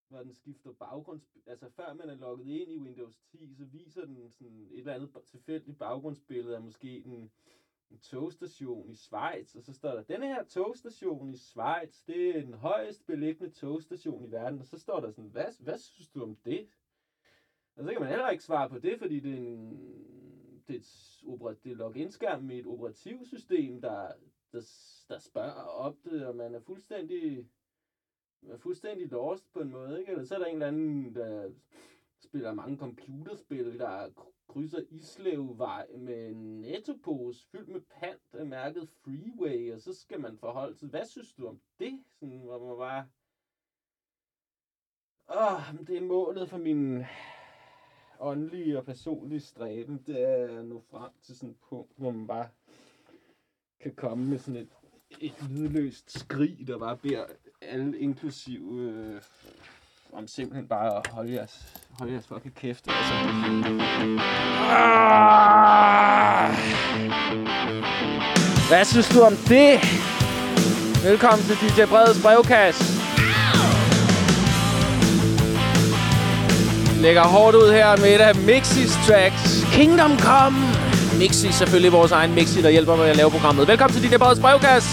hvor den skifter altså før man er logget ind i Windows 10, så viser den sådan et eller andet tilfældigt baggrundsbillede af måske en togstation i Schweiz, og så står der, denne her togstation i Schweiz, det er den højest beliggende togstation i verden, og så står der sådan, hvad synes du om det? Og så kan man heller ikke svare på det, fordi det er login-skærmen i et operativsystem, der spørger op det, og man er fuldstændig lost på en måde, ikke? Eller så er der en eller anden, der spiller mange computerspil, der krydser Islevvej med en nettopose fyldt med pant af mærket Freeway, og så skal man forholde sig, hvad synes du om det? Sådan, hvor man bare... det er målet for min åndelige og personlige stræben, det er at nå frem til sådan et punkt, hvor man bare kan komme med sådan et lydløst skrig, der bare beder alle inklusive om simpelthen bare at holde jeres fucking kæft. Altså. Hvad synes du om det? Velkommen til DJ Breds brevkasse. Lægger hårdt ud her med et af Mixis tracks. Kingdom Come. Mixi, selvfølgelig vores egen Mixi, der hjælper med at lave programmet. Velkommen til DJ Breds brevkasse.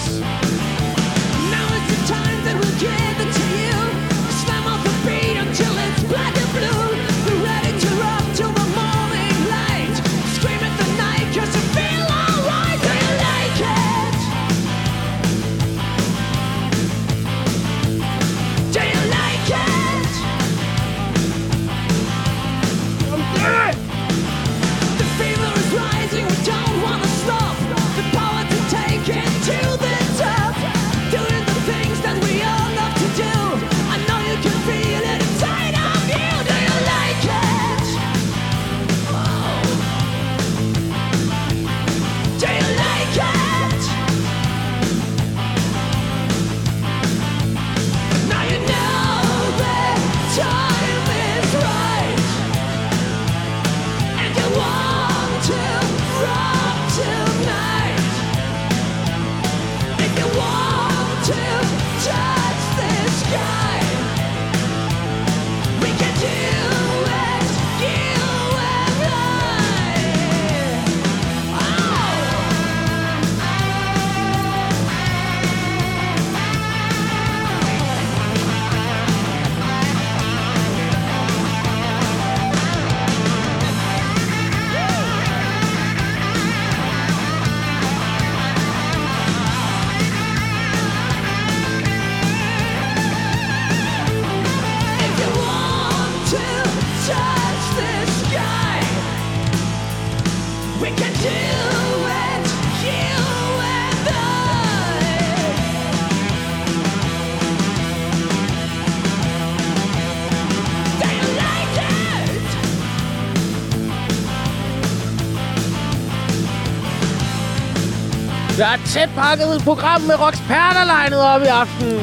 Der er et tæt pakket program med rocksperter legnet op i aften.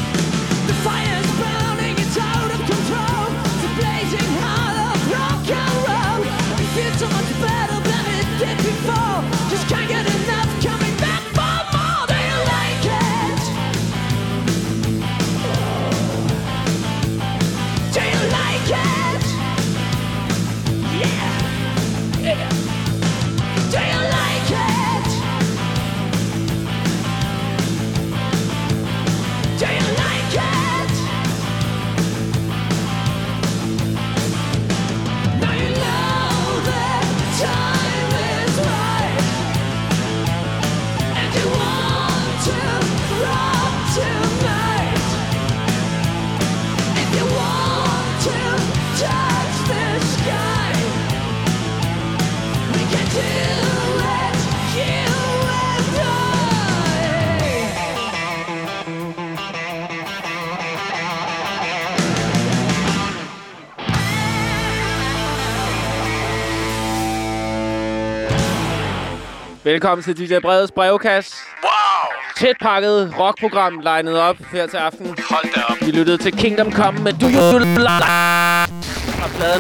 Velkommen til DJ Breds brevkasse. Wow! Tæt pakket rockprogram legnet op her til aften. Hold da op. Vi lyttede til Kingdom Come med Do You fra pladen.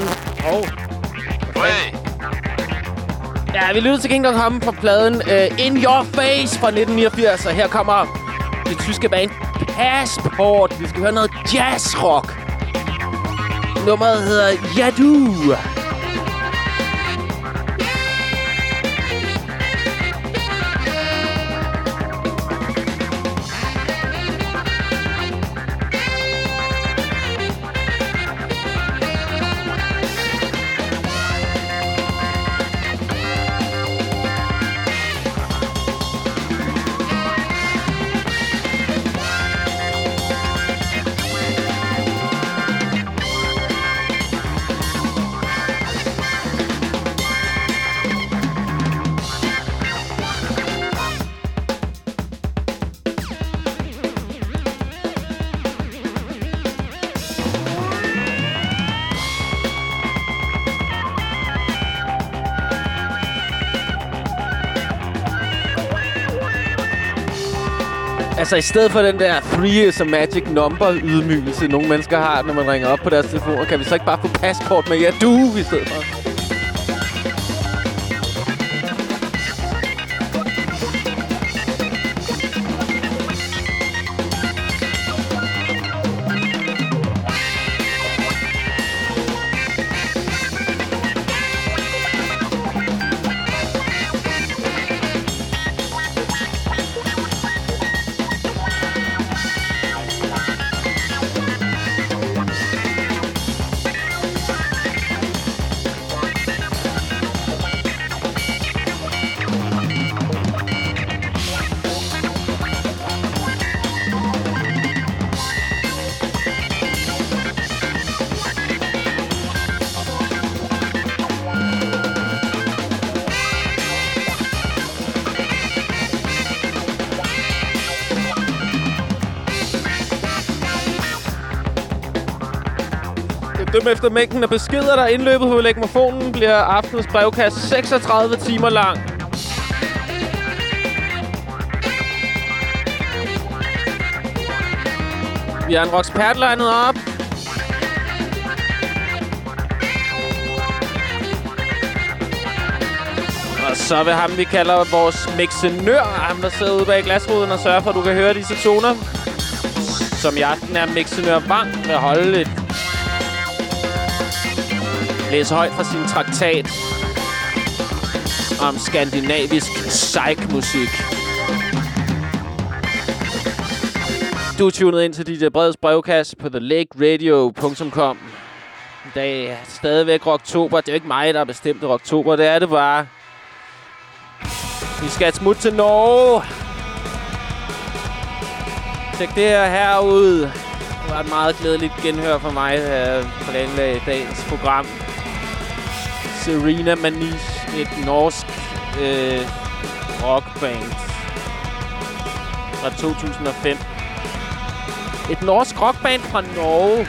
Ja, vi lyttede til Kingdom Come fra pladen In Your Face fra 1989. Og her kommer det tyske band Passport. Vi skal høre noget jazzrock. Nummeret hedder Yadu. Altså i stedet for den der 3 is a magic number ydmygelse, nogle mennesker har, når man ringer op på deres telefoner, kan vi så ikke bare få passport med Yadu i stedet for? Efter mængden af beskeder, der er indløbet på Legmofonen, bliver aftenens brevkast 36 timer lang. Vi har en Roxpert legnet op. Og så vil ham, vi kalder vores mixenør, ham der sidder ude bag glasruden og sørger for, at du kan høre disse toner, som i aften er mixenør Vang, vil holde et læse højt fra sin traktat om skandinavisk psych-musik. Du er tunet ind til DJ Breds brevkasse på thelakeradio.com. I dag er stadigvæk Rocktober. Det er jo ikke mig, der har bestemt det Rocktober. Det er det bare. Vi skal et smut til Norge. Tjek det her herude. Det var et meget glædeligt genhør for mig, der planlagde dagens program. Serena Manish, et norsk rockband fra 2005. Et norsk rockband fra Norge.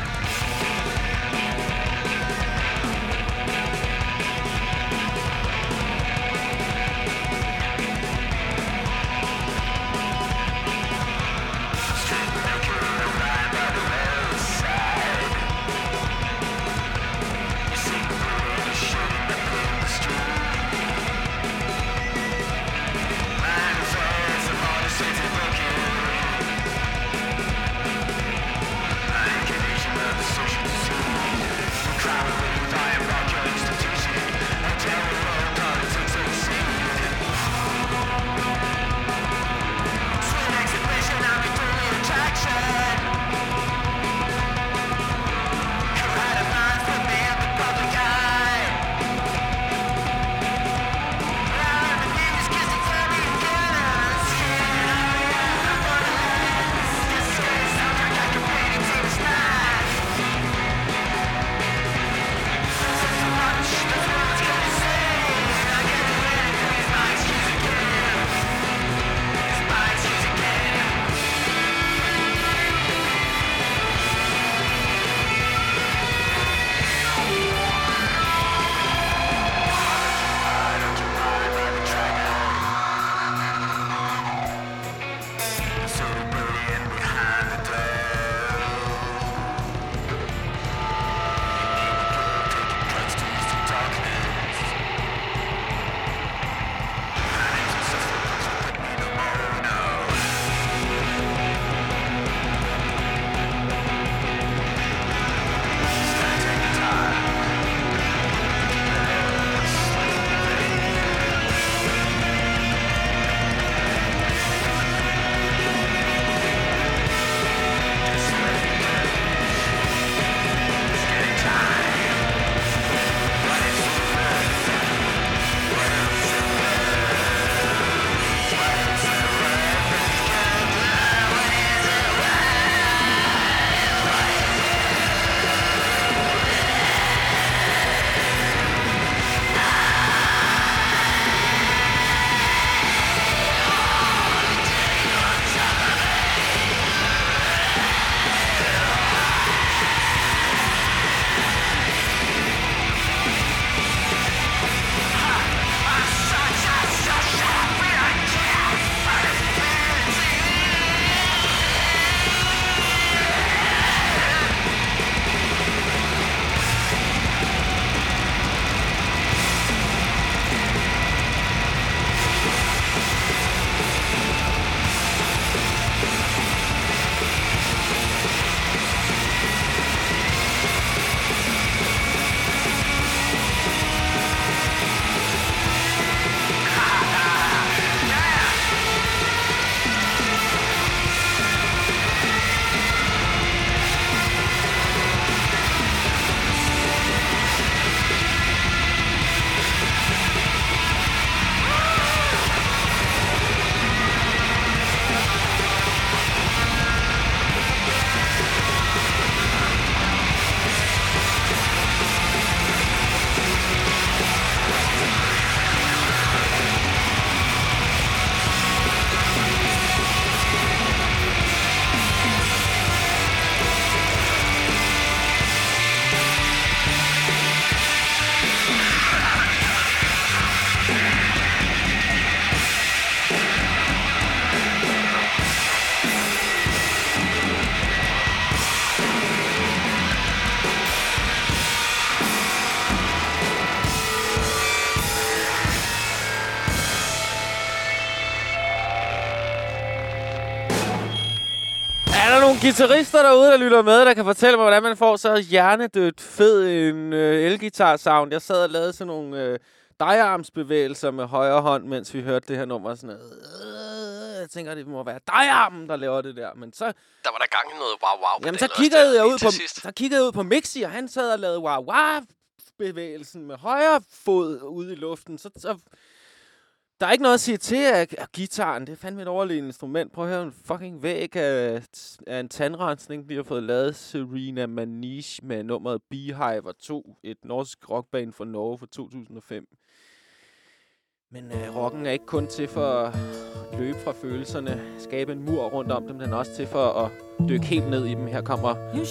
nogle guitarister derude, der lytter med, der kan fortælle mig, hvordan man får så hjernedødt fed en elgitar-sound. Jeg sad og lavede sådan nogle diarmsbevægelser med højre hånd, mens vi hørte det her nummer. Sådan noget. Jeg tænker, det må være diarmen, der laver det der. Men så... Der var der gang i noget wow-wow. Jamen, så kiggede jeg ud på Mixi, og han sad og lavede wow-wow-bevægelsen med højre fod ude i luften. Så der er ikke noget at sige til, at gitaren, det er fandme et overlevet instrument. Prøv at høre en fucking væg af en tandrensning, de har fået lavet. Serena Manish med nummeret Beehive 2, et norsk rockband fra Norge fra 2005. Men rocken er ikke kun til for at løbe fra følelserne, skabe en mur rundt om dem, den er også til for at dykke helt ned i dem. Her kommer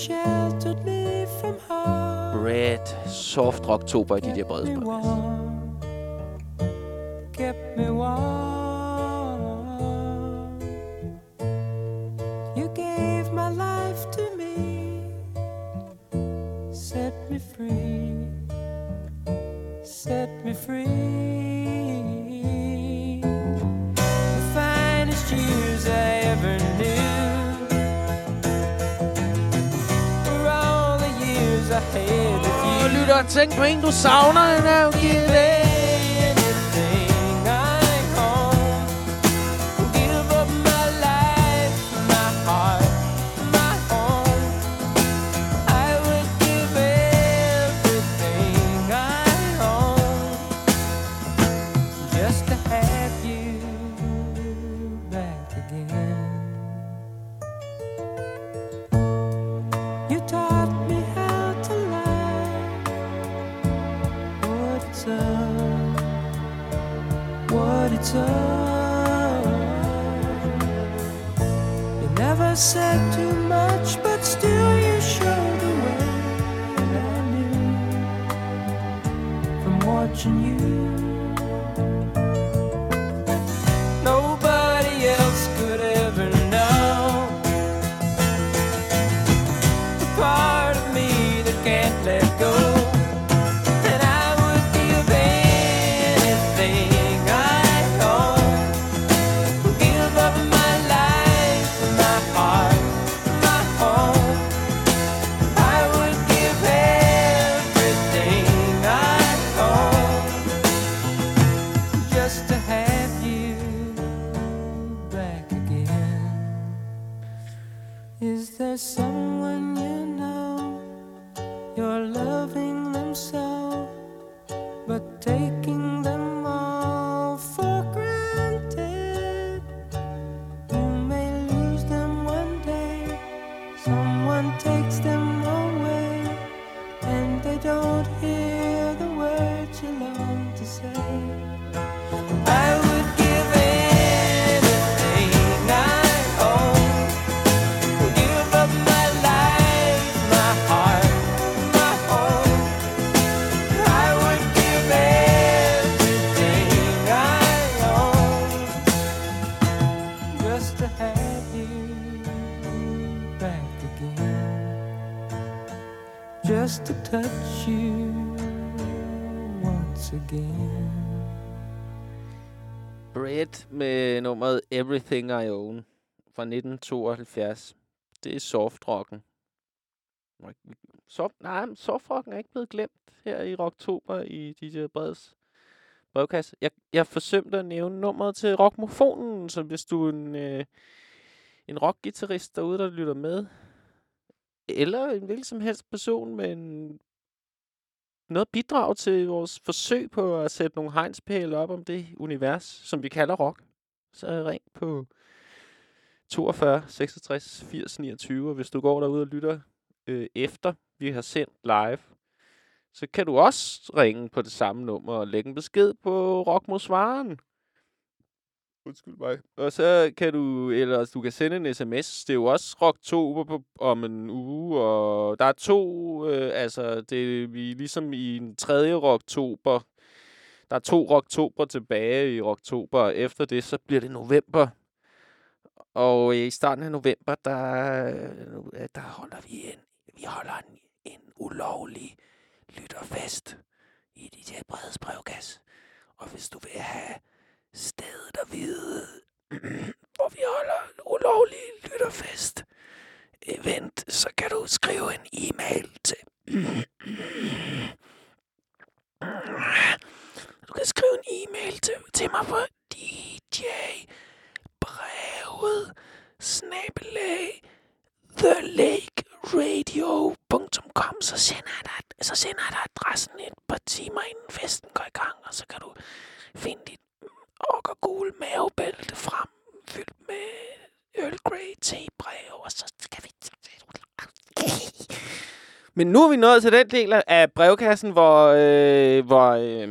Bread, soft rocktober i de der brede spørgsmål. Kept me warm. You gave my life to me, set me free, set me free. The finest years I ever knew were all the years I had with you. Lytter, tænk på en, du savner, and I'll give it. You never said too much, but still you showed the way. And I knew from watching you, nobody else could ever know the part of me that can't let go. Someone you know, you're loving them so, but taking them all for granted. You may lose them one day, someone takes them away, and they don't hear the words you long to say. I would give anything I own. Just to touch you once again. Bread med nummeret Everything I Own fra 1972. Det er softrocken. Softrocken er ikke blevet glemt her i Rocktober i DJ Breds brevkasse. Jeg forsømte at nævne nummeret til Rockmofonen, så hvis du er en rockgitarrist derude, der lytter med, eller en hvilken som helst person med noget bidrag til vores forsøg på at sætte nogle hegnspæle op om det univers, som vi kalder rock, så ring på 42 66 80 29, og hvis du går derude og lytter efter vi har sendt live, så kan du også ringe på det samme nummer og lægge en besked på Rock mod Svaren. Undskyld mig. Og så kan du kan sende en sms. Det er jo også Rocktober om en uge, og der er 2, vi er ligesom i en 3. Rocktober. Der er 2 Rocktober tilbage i Rocktober, og efter det, så bliver det november. Og i starten af november, der holder vi holder en ulovlig lytterfest i DJ Breds brevkasse. Og hvis du vil have stedet at vide, hvor vi holder en ulovlig lytterfest, event, så kan du skrive en e-mail til... Du kan skrive en e-mail til mig på djbrevet@thelakeradio.com, så sender jeg dig adressen et par timer inden festen går i gang, og så kan du finde dit okkergule mavebælte frem, fyldt med Earl Grey tebrev, og så skal vi... Men nu er vi nået til den del af brevkassen, hvor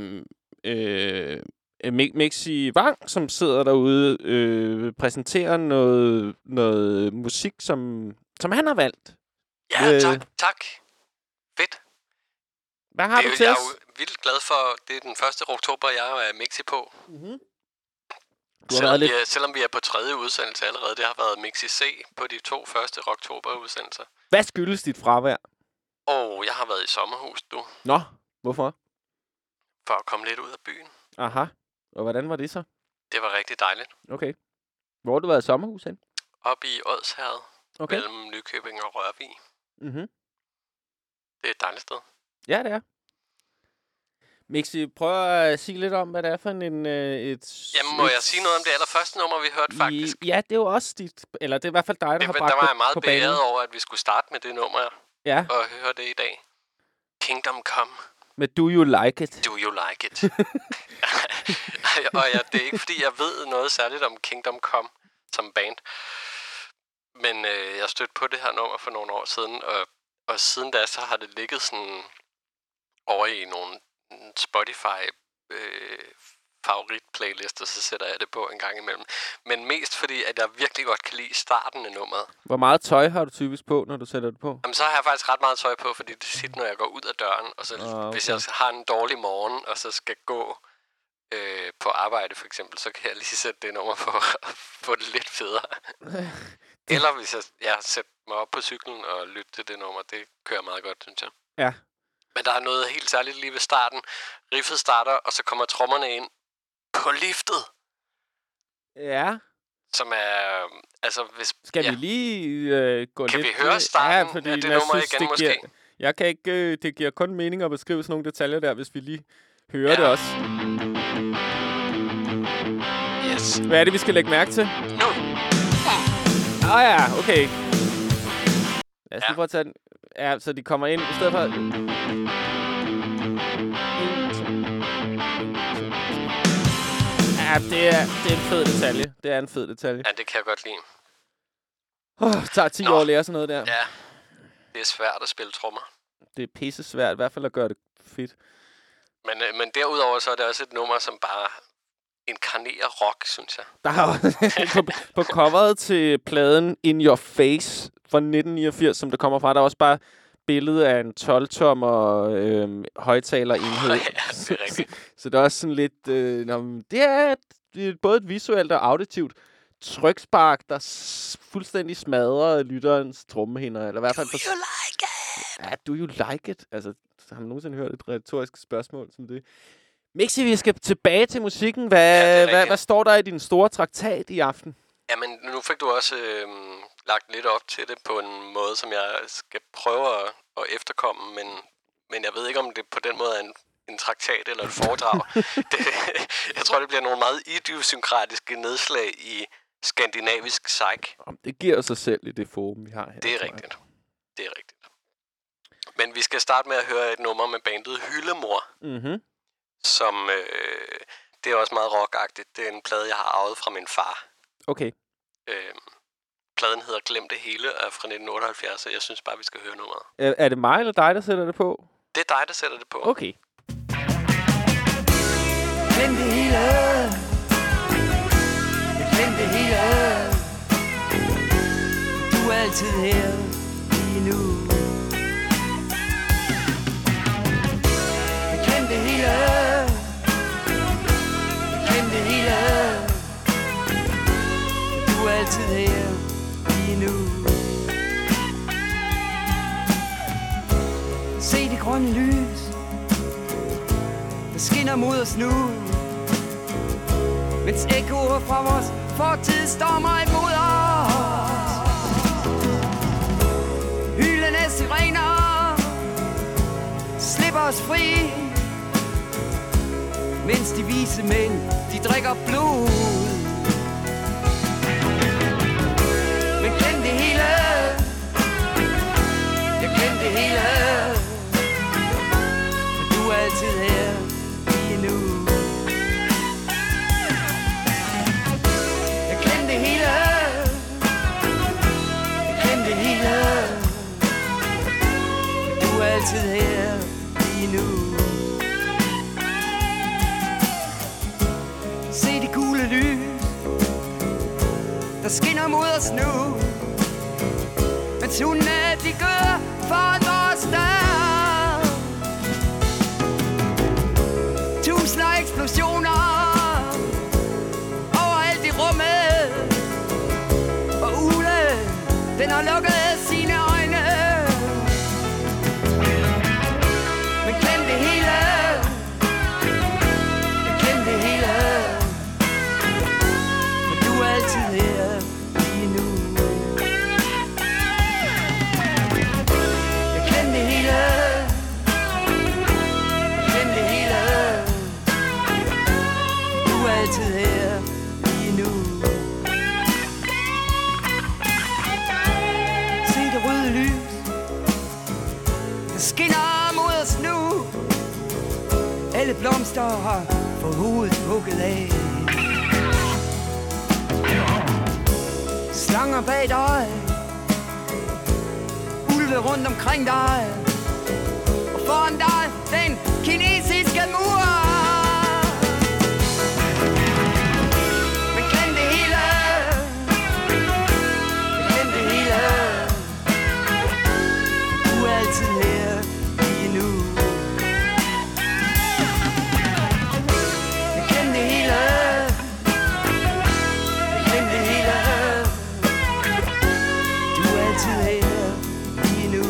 Mixi Wang, som sidder derude, præsenterer noget musik, som han har valgt. Ja, tak. Fedt. Hvad har du til Jeg os? er jo vildt glad for, det er den 1. oktober, jeg er Mixi på. Mm-hmm. Selvom vi er på 3. udsendelse allerede, det har været Mixi C på de 2 første oktober-udsendelser. Hvad skyldes dit fravær? Jeg har været i sommerhus, du. Nå, hvorfor? For at komme lidt ud af byen. Aha. Og hvordan var det så? Det var rigtig dejligt. Okay. Hvor har du været i sommerhus hen? Op i Odsherred, Okay. mellem Nykøbing og Rørvig. Mhm. Det er et dejligt sted. Ja, det er. Mixi, prøv at sige lidt om, hvad det er for en... Jamen, må jeg sige noget om det allerførste nummer, vi hørte faktisk? Ja, det er jo også dit... Eller det er i hvert fald dig, der har bragt Der var jeg på meget banen. beæret over, at vi skulle starte med det nummer Ja, og høre det i dag. Kingdom Come. med Do You Like It. Do you like it? Det er ikke, fordi jeg ved noget særligt om Kingdom Come som band. Men jeg stødte på det her nummer for nogle år siden, og siden da, så har det ligget sådan over i nogle Spotify favoritplaylister, så sætter jeg det på en gang imellem. Men mest fordi, at jeg virkelig godt kan lide starten af nummeret. Hvor meget tøj har du typisk på, når du sætter det på? Jamen, så har jeg faktisk ret meget tøj på, fordi det er tit, når jeg går ud af døren, og så Okay. hvis jeg har en dårlig morgen, og så skal gå på arbejde for eksempel, så kan jeg lige sætte det nummer på og få det lidt federe. Eller hvis jeg sætter mig op på cyklen og lytter til det nummer, det kører meget godt, synes jeg. Ja. Men der er noget helt særligt lige ved starten. Riffet starter, og så kommer trommerne ind på liftet, Ja. som er... Altså, hvis... Skal ja. vi lige gå Kan lidt... vi høre starten fordi af det jeg nummer synes, igen, måske? Jeg kan ikke... Det giver kun mening at beskrive sådan nogle detaljer der, hvis vi lige hører det også. Yes. Hvad er det, vi skal lægge mærke til? Nu. Ja, okay. Lad os Ja. lige prøve at tage den. Ja, så de kommer ind i stedet for... Ja, det er en fed detalje. Det er en fed detalje. Ja, det kan jeg godt lide. Tager 10 år at lære sådan noget der. Ja, det er svært at spille trommer. Det er pisse svært, i hvert fald at gøre det fedt. Men derudover så er det også et nummer, som bare inkarnerer rock, synes jeg. Der er på coveret til pladen In Your Face fra 1989, som det kommer fra, der er også bare billede af en 12-tommer højtalerenhed. Ja, det er rigtigt. Så det er også sådan lidt... det er både et visuelt og auditivt trykspark, der fuldstændig smadrer lytterens trommehinder. Eller i hvert fald Do you like it? Ja, do you like it? Altså, har man nogensinde hørt et retorisk spørgsmål som det? Mixi, vi skal tilbage til musikken. Hvad står der i din store traktat i aften? Jamen, nu fik du også lagt lidt op til det på en måde, som jeg skal prøve at efterkomme, men jeg ved ikke, om det på den måde er en traktat eller et foredrag. Jeg tror, det bliver nogle meget idiosynkratiske nedslag i skandinavisk psych. Det giver sig selv i det forum, vi har her. Det er rigtigt. Det er rigtigt. Men vi skal starte med at høre et nummer med bandet Hyldemor, Mhm. som det er også meget rockagtigt. Det er en plade, jeg har arvet fra min far. Okay. Pladen hedder Glem det hele, er fra 1978, og jeg synes bare, vi skal høre nummeret. Er det mig eller dig, der sætter det på? Det er dig, der sætter det på. Okay. Glem det hele. Glem det hele. Du er altid her lige nu. Glem det hele. Glem det hele. Du er altid her lige nu. Se det grønne lys, der skinner mod os nu, mens ekkoer fra vores fortid stormer imod os. os fri, mens de vise mænd, de drikker blod. Men glem det hele, jeg glem det hele, for du er altid her lige nu. Jeg glem det hele, jeg glem det hele, for du er altid her lige nu. Se de gule lys, der skinner mod os nu, mens hundene de gør foran vores dør. Tusinder eksplosioner overalt i rummet, og Ule, den har lukket sine øjne. Men glem det hele, jeg glem det hele, for du er altid her lige nu. Jeg glem det hele, jeg glem det hele, for du er altid her lige nu. Se det røde lys, der skinner mod os nu. Alle blomster har fået hovedet hugget af. Slanger bag dig, ulve rundt omkring dig, og foran dig den kinesiske mur. Men glem det hele, glem det hele, du er altid her lige nu. Jeg glem det hele, jeg glem det hele, du er altid her lige nu.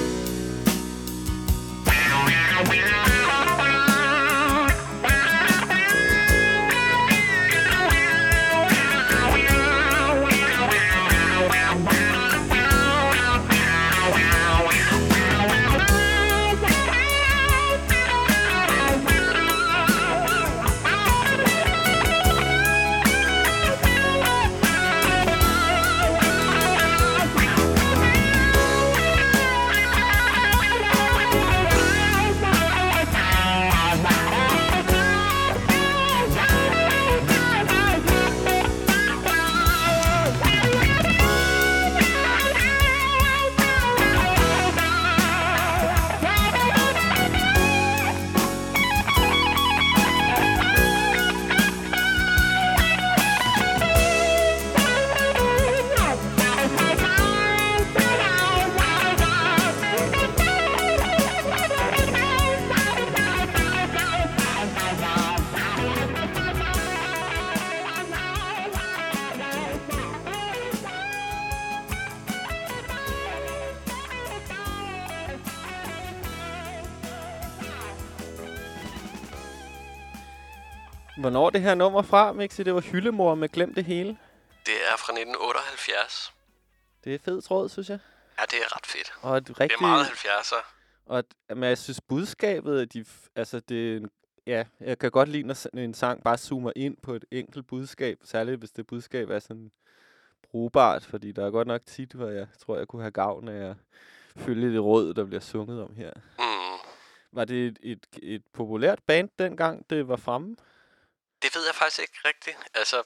Hvornår er det her nummer fra, Mixi? Det var Hyllemor med Glem det hele. Det er fra 1978. Det er fed tråd, synes jeg. Ja, det er ret fedt. Og et Det rigtig, er meget 70'er. og men jeg synes budskabet, jeg kan godt lide, når en sang bare zoomer ind på et enkelt budskab. Særligt hvis det budskab er sådan brugbart, fordi der er godt nok tit, hvor jeg tror, jeg kunne have gavn af at følge det råd, der bliver sunget om her. Mm. Var det et populært band dengang, det var fremme? Det ved jeg faktisk ikke rigtigt. Altså,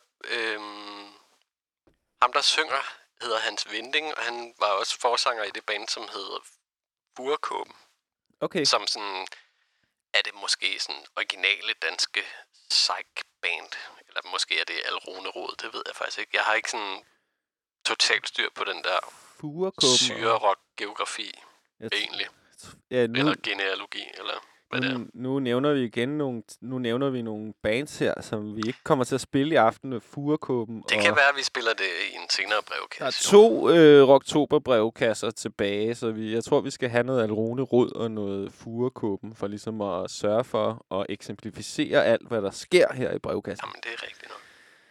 ham der synger hedder Hans Vinding, og han var også forsanger i det band, som hedder Furekåben. Okay. Som sådan, er det måske sådan originale danske psych-band. Eller måske er det Alrune Rod, det ved jeg faktisk ikke. Jeg har ikke sådan totalt styr på den der syre-rock-geografi, egentlig. Ja, Eller genealogi, eller hvad det er. Nu nævner vi igen nogle bands her, som vi ikke kommer til at spille i aften med Furekåben. Det kan være, at vi spiller det i en senere brevkasse. Der er 2 Rocktober-brevkasser tilbage, så jeg tror, vi skal have noget Alrune Rod og noget Furekåben, for ligesom at sørge for at eksemplificere alt, hvad der sker her i brevkassen. Jamen, det er rigtigt nok.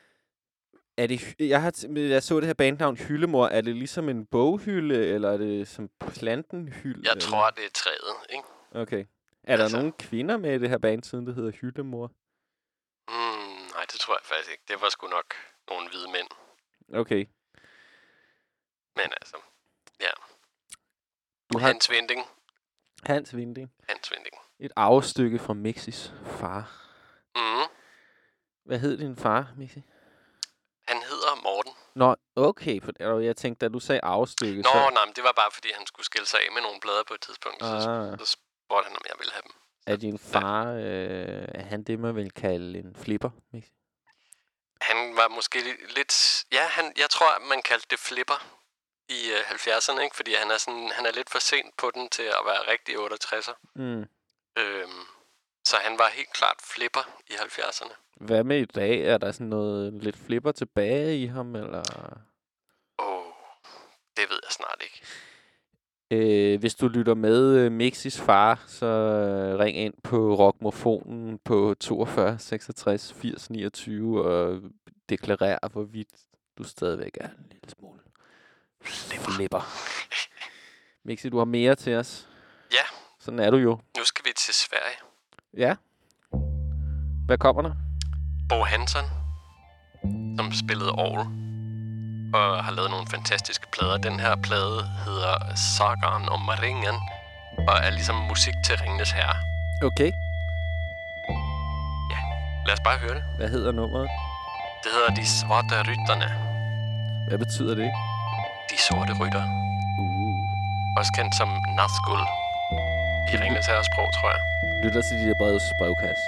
Er det, jeg så det her bandnavn Hyllemor. Er det ligesom en boghylde, eller er det som plantenhylde? Jeg tror, det er træet, ikke? Okay. Er der Altså. nogen kvinder med i det her band, siden det hedder Hyttemor? Nej, det tror jeg faktisk ikke. Det var sgu nok nogle hvide mænd. Okay. Men altså, ja. Du har Hans Vinding. Hans Vinding. Hans Vinding. Et afstykke fra Mixis far. Mm. Hvad hed din far, Mixi? Han hedder Morten. Nå, okay. For jeg tænkte, da du sagde afstykke, Nå, nej, men det var bare, fordi han skulle skille sig af med nogle blader på et tidspunkt. Så spurgte han, om jeg ville have dem. Er din far, er han det, man vil kalde en flipper, Mixi? Han var måske lidt... Ja, jeg tror, man kaldte det flipper i 70'erne, ikke? Fordi han er lidt for sent på den til at være rigtig 68'er. Mm. Så han var helt klart flipper i 70'erne. Hvad med i dag? Er der sådan noget lidt flipper tilbage i ham, eller? Det ved jeg snart ikke. Hvis du lytter med Mixis far, så ring ind på Rockmofonen på 42 66 80 29 og deklarer, hvorvidt du stadigvæk er en lille smule flipper. Mixi, du har mere til os. Ja. Sådan er du jo. Nu skal vi til Sverige. Ja. Hvad kommer der? Bo Hansson, som spillede orgel og har lavet nogle fantastiske plader. Den her plade hedder Sagan om Ringen og er ligesom musik til Ringenes Herre. Okay. Ja, lad os bare høre det. Hvad hedder nummeret? Det hedder De Sorte Rytterne. Hvad betyder det? De Sorte Rytter. Også kendt som Nazgul i Ringenes Herres sprog, tror jeg. Lytter til de der brevkasse.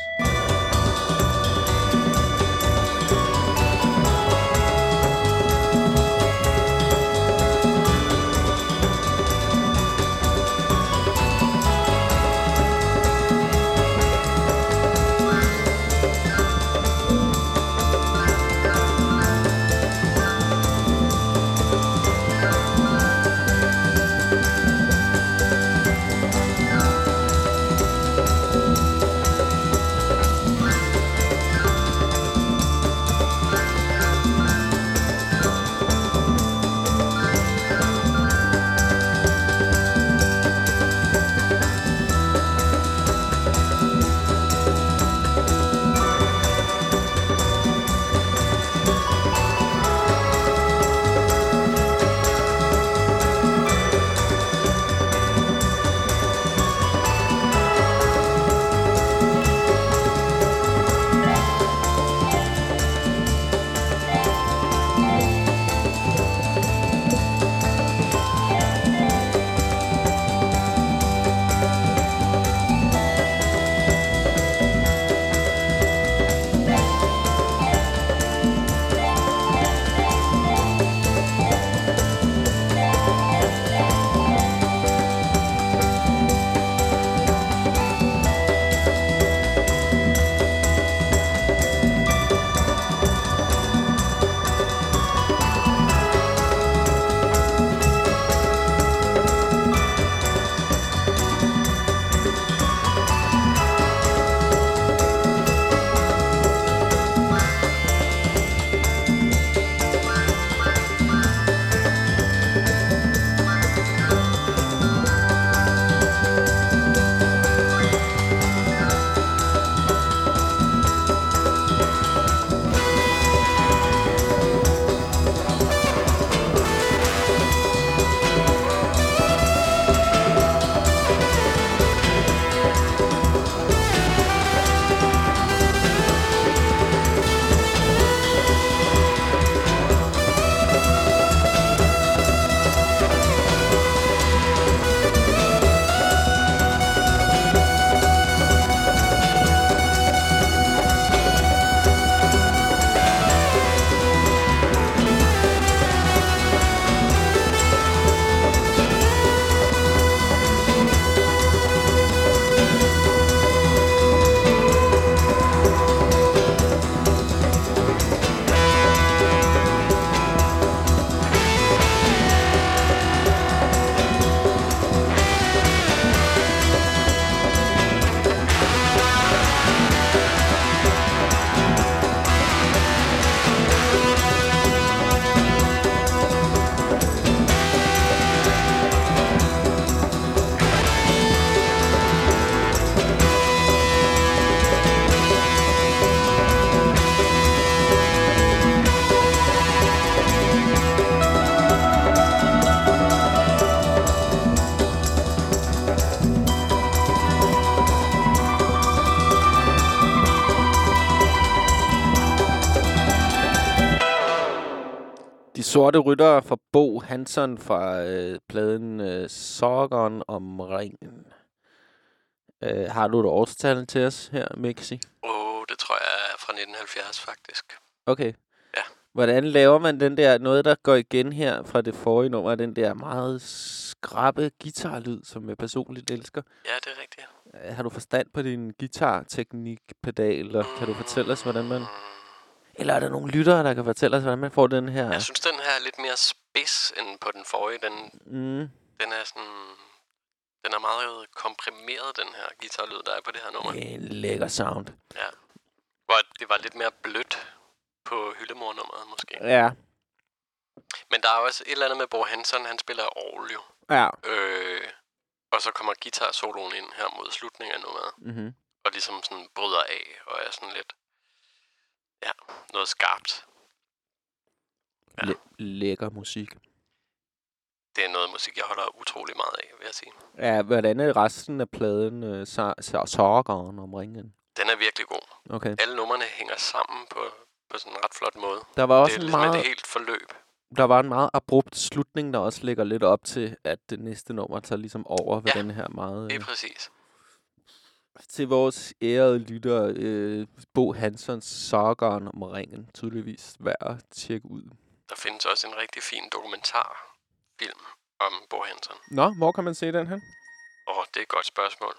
Sorte Ryttere fra Bo Hansson fra pladen Sorgen om ringen. Har du et årstal til os her, Mixi? Det tror jeg er fra 1970, faktisk. Okay. Ja. Hvordan laver man den der, noget der går igen her fra det forrige nummer, den der meget skrappe guitarlyd, som jeg personligt elsker? Ja, det er rigtigt. Har du forstand på din guitarteknikpedal, eller kan du fortælle os, hvordan man... Eller er der nogle lyttere, der kan fortælle os, hvordan man får den her... Jeg synes, den her er lidt mere spids end på den forrige. Den er sådan... Den er meget komprimeret, den her guitarlyd, der er på det her nummer. En lækker sound. Ja. Hvor det var lidt mere blødt på Hyldemor-nummeret, måske. Ja. Men der er også et eller andet med Bo Hansson, han spiller orgel jo. Ja. Og så kommer guitar-soloen ind her mod slutningen af nummeret. Mm-hmm. Og ligesom sådan bryder af, og er sådan lidt... Ja, noget skarpt. Ja. Lækker musik. Det er noget musik, jeg holder utrolig meget af, vil jeg sige. Ja, hvordan er resten af pladen Sorgen om ringen? Den er virkelig god. Okay. Alle numrene hænger sammen på sådan en ret flot måde. Der var også det er ligesom et helt forløb. Der var en meget abrupt slutning, der også lægger lidt op til, at det næste nummer tager ligesom over ved den her meget... det er præcis. Til vores ærede lytter, Bo Hanssons Sorgen om ringen, tydeligvis værd at tjekke ud. Der findes også en rigtig fin dokumentarfilm om Bo Hansson. Nå, hvor kan man se den her? Det er et godt spørgsmål.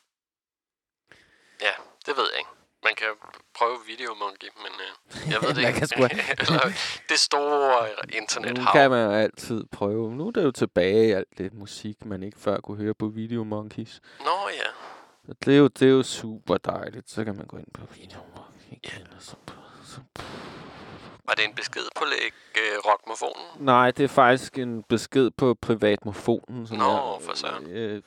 Ja, det ved jeg ikke. Man kan prøve Videomonkey, men jeg ved det ikke. Eller det store internethav. Nu kan man jo altid prøve. Nu er det jo tilbage alt det musik, man ikke før kunne høre på Videomonkeys. Nå ja. Det er jo super dejligt. Så kan man gå ind på Videomonkey igen. Var det en besked på Rockmofonen? Nej, det er faktisk en besked på Privatmofonen. Som for søren.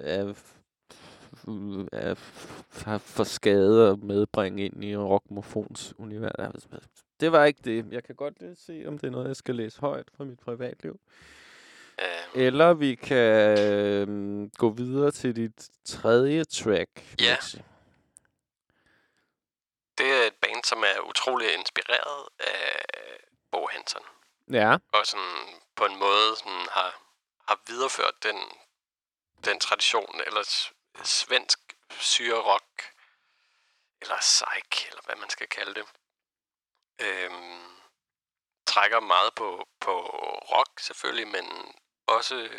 Er for skade at medbringe ind i Rockmofons univers. Det var ikke det. Jeg kan godt lidt se, om det er noget, jeg skal læse højt fra mit privatliv. Eller vi kan gå videre til dit tredje track. Ja. Det er et band, som er utrolig inspireret af Bo Hansson. Ja. Og sådan på en måde sådan har videreført den tradition, eller svensk syre-rock, eller psych, eller hvad man skal kalde det. Trækker meget på rock selvfølgelig, men også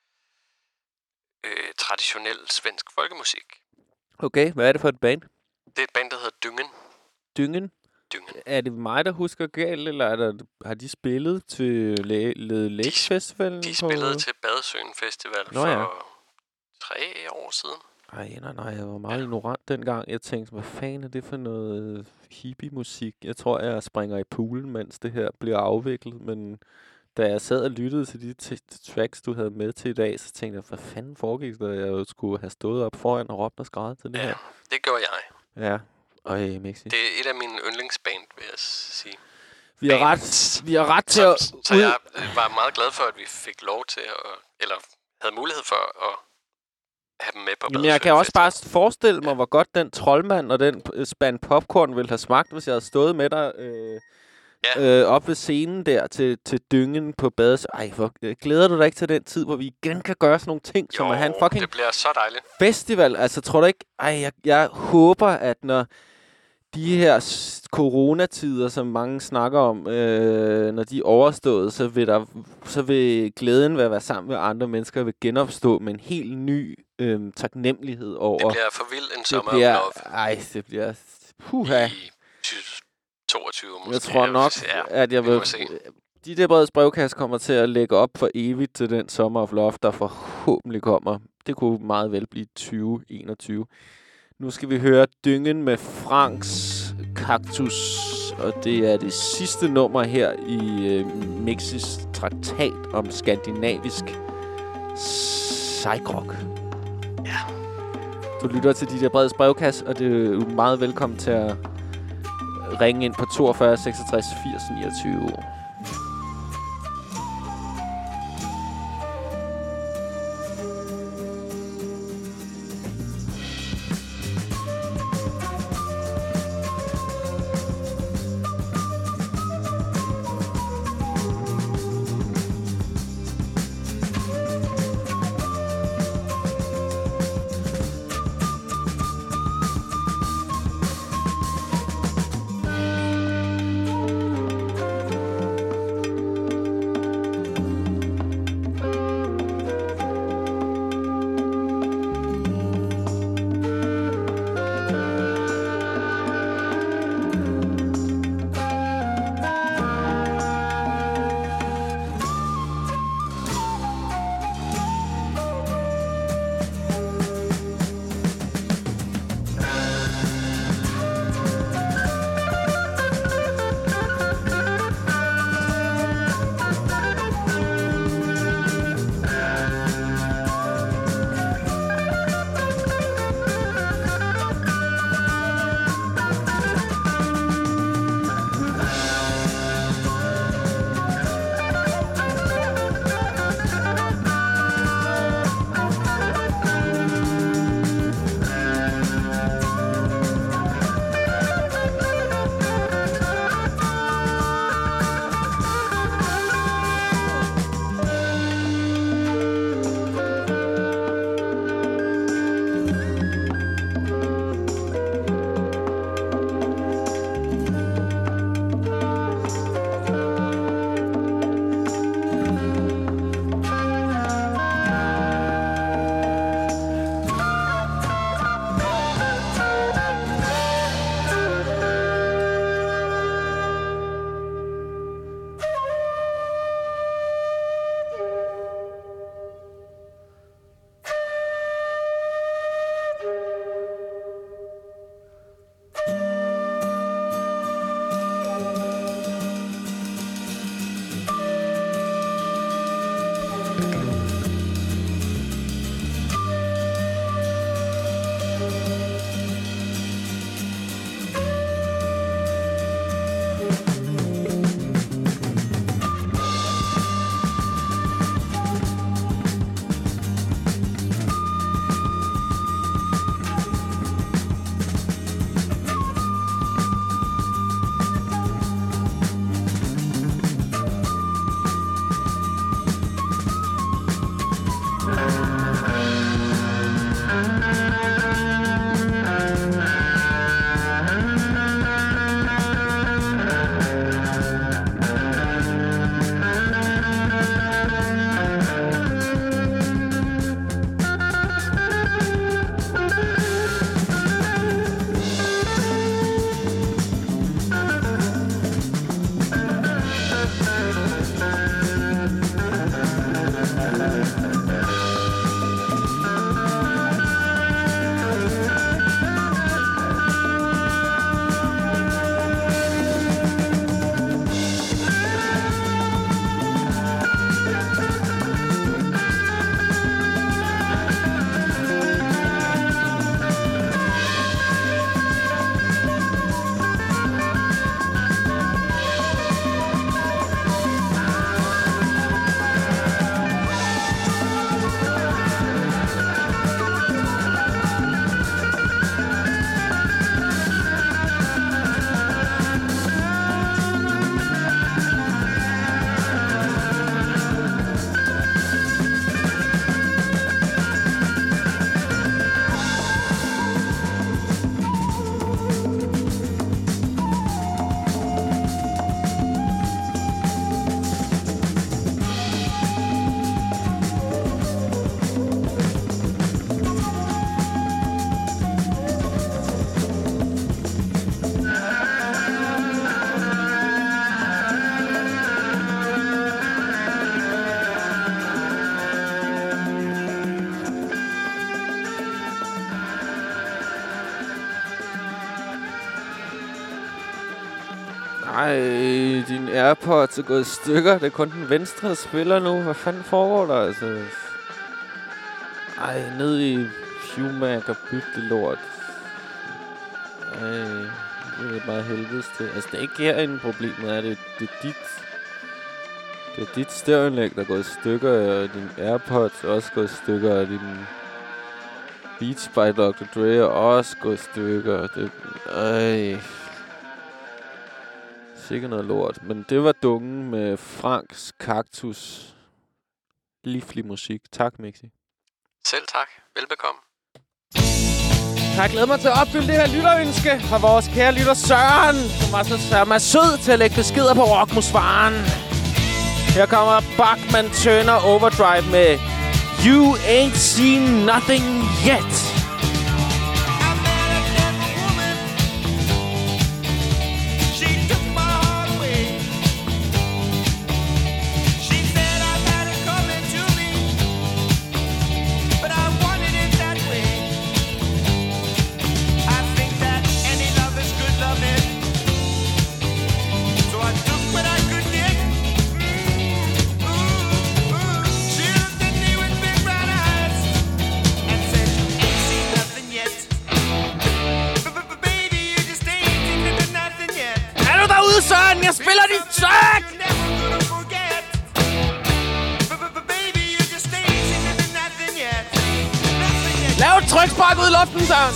traditionel svensk folkemusik. Okay, hvad er det for et band? Det er et band, der hedder Dyngen. Dyngen? Dyngen. Er det mig, der husker galt, eller har de spillet til Lake Festivalen? De spillede til Badesøen Festival for 3 år siden. Nej, jeg var meget ignorant dengang. Jeg tænkte, hvad fanden er det for noget hippie-musik? Jeg tror, jeg springer i poolen, mens det her bliver afviklet. Men da jeg sad og lyttede til de tracks, du havde med til i dag, så tænkte jeg, hvad fanden foregik der? Jeg skulle have stået op foran og råbt og skreget til det her. Ja, det gjorde jeg. Ja, Mixi. Det er et af mine yndlingsband, vil jeg sige. Vi har ret til at... Så jeg var meget glad for, at vi fik lov til eller havde mulighed for at have dem med på Badesøen. Jeg kan også bare forestille mig, hvor godt den troldmand og den spand popcorn ville have smagt, hvis jeg havde stået med dig op ved scenen der til Dyngen på Badesøen. Glæder du dig ikke til den tid, hvor vi igen kan gøre sådan nogle ting, som at have en fucking det bliver så dejligt. Festival? Altså, tror du ikke... Jeg håber, at når de her coronatider, som mange snakker om, når de er overstået, så vil glæden ved at være sammen med andre mennesker vil genopstå med en helt ny taknemmelighed over... Det bliver for vildt en sommer of love. Det bliver... Puha. I 22 måske. Jeg tror nok, at jeg vil... De der Breds brevkasse kommer til at lægge op for evigt til den Summer of Love, der forhåbentlig kommer. Det kunne meget vel blive 2021. Nu skal vi høre Dyngen med Franks Kaktus, og det er det sidste nummer her i Mixis traktat om skandinavisk psych-rock. Ja. Du lytter til de der Breds brevkasse, og det er meget velkommen til at ringe ind på 42 66 80 29. Ej, din AirPods er gået i stykker. Det er kun den venstre, der spiller nu. Hvad fanden foregår der, altså? Ej, ned i Humac og bytte det lort. Ej, det er bare helvedes til. Altså, det er ikke herinde problemet er. Det er dit... Det er dit stereoanlæg, der er gået i stykker, og din AirPods er også gået i stykker, og din Beats by Dr. Dre er også gået i stykker. Sikkert noget lort. Men det var dungen med Franks Kaktus. Livlig musik. Tak, Mixi. Selv tak. Velbekomme. Jeg glæder mig til at opfylde det her lytterønske fra vores kære lytter Søren, som var så sød til at lægge beskeder på Rockmusvaren. Her kommer Bachman Turner Overdrive med You Ain't Seen Nothing Yet. Søren, jeg spiller dit tryk! Lav et trykspark ud i luften, Søren!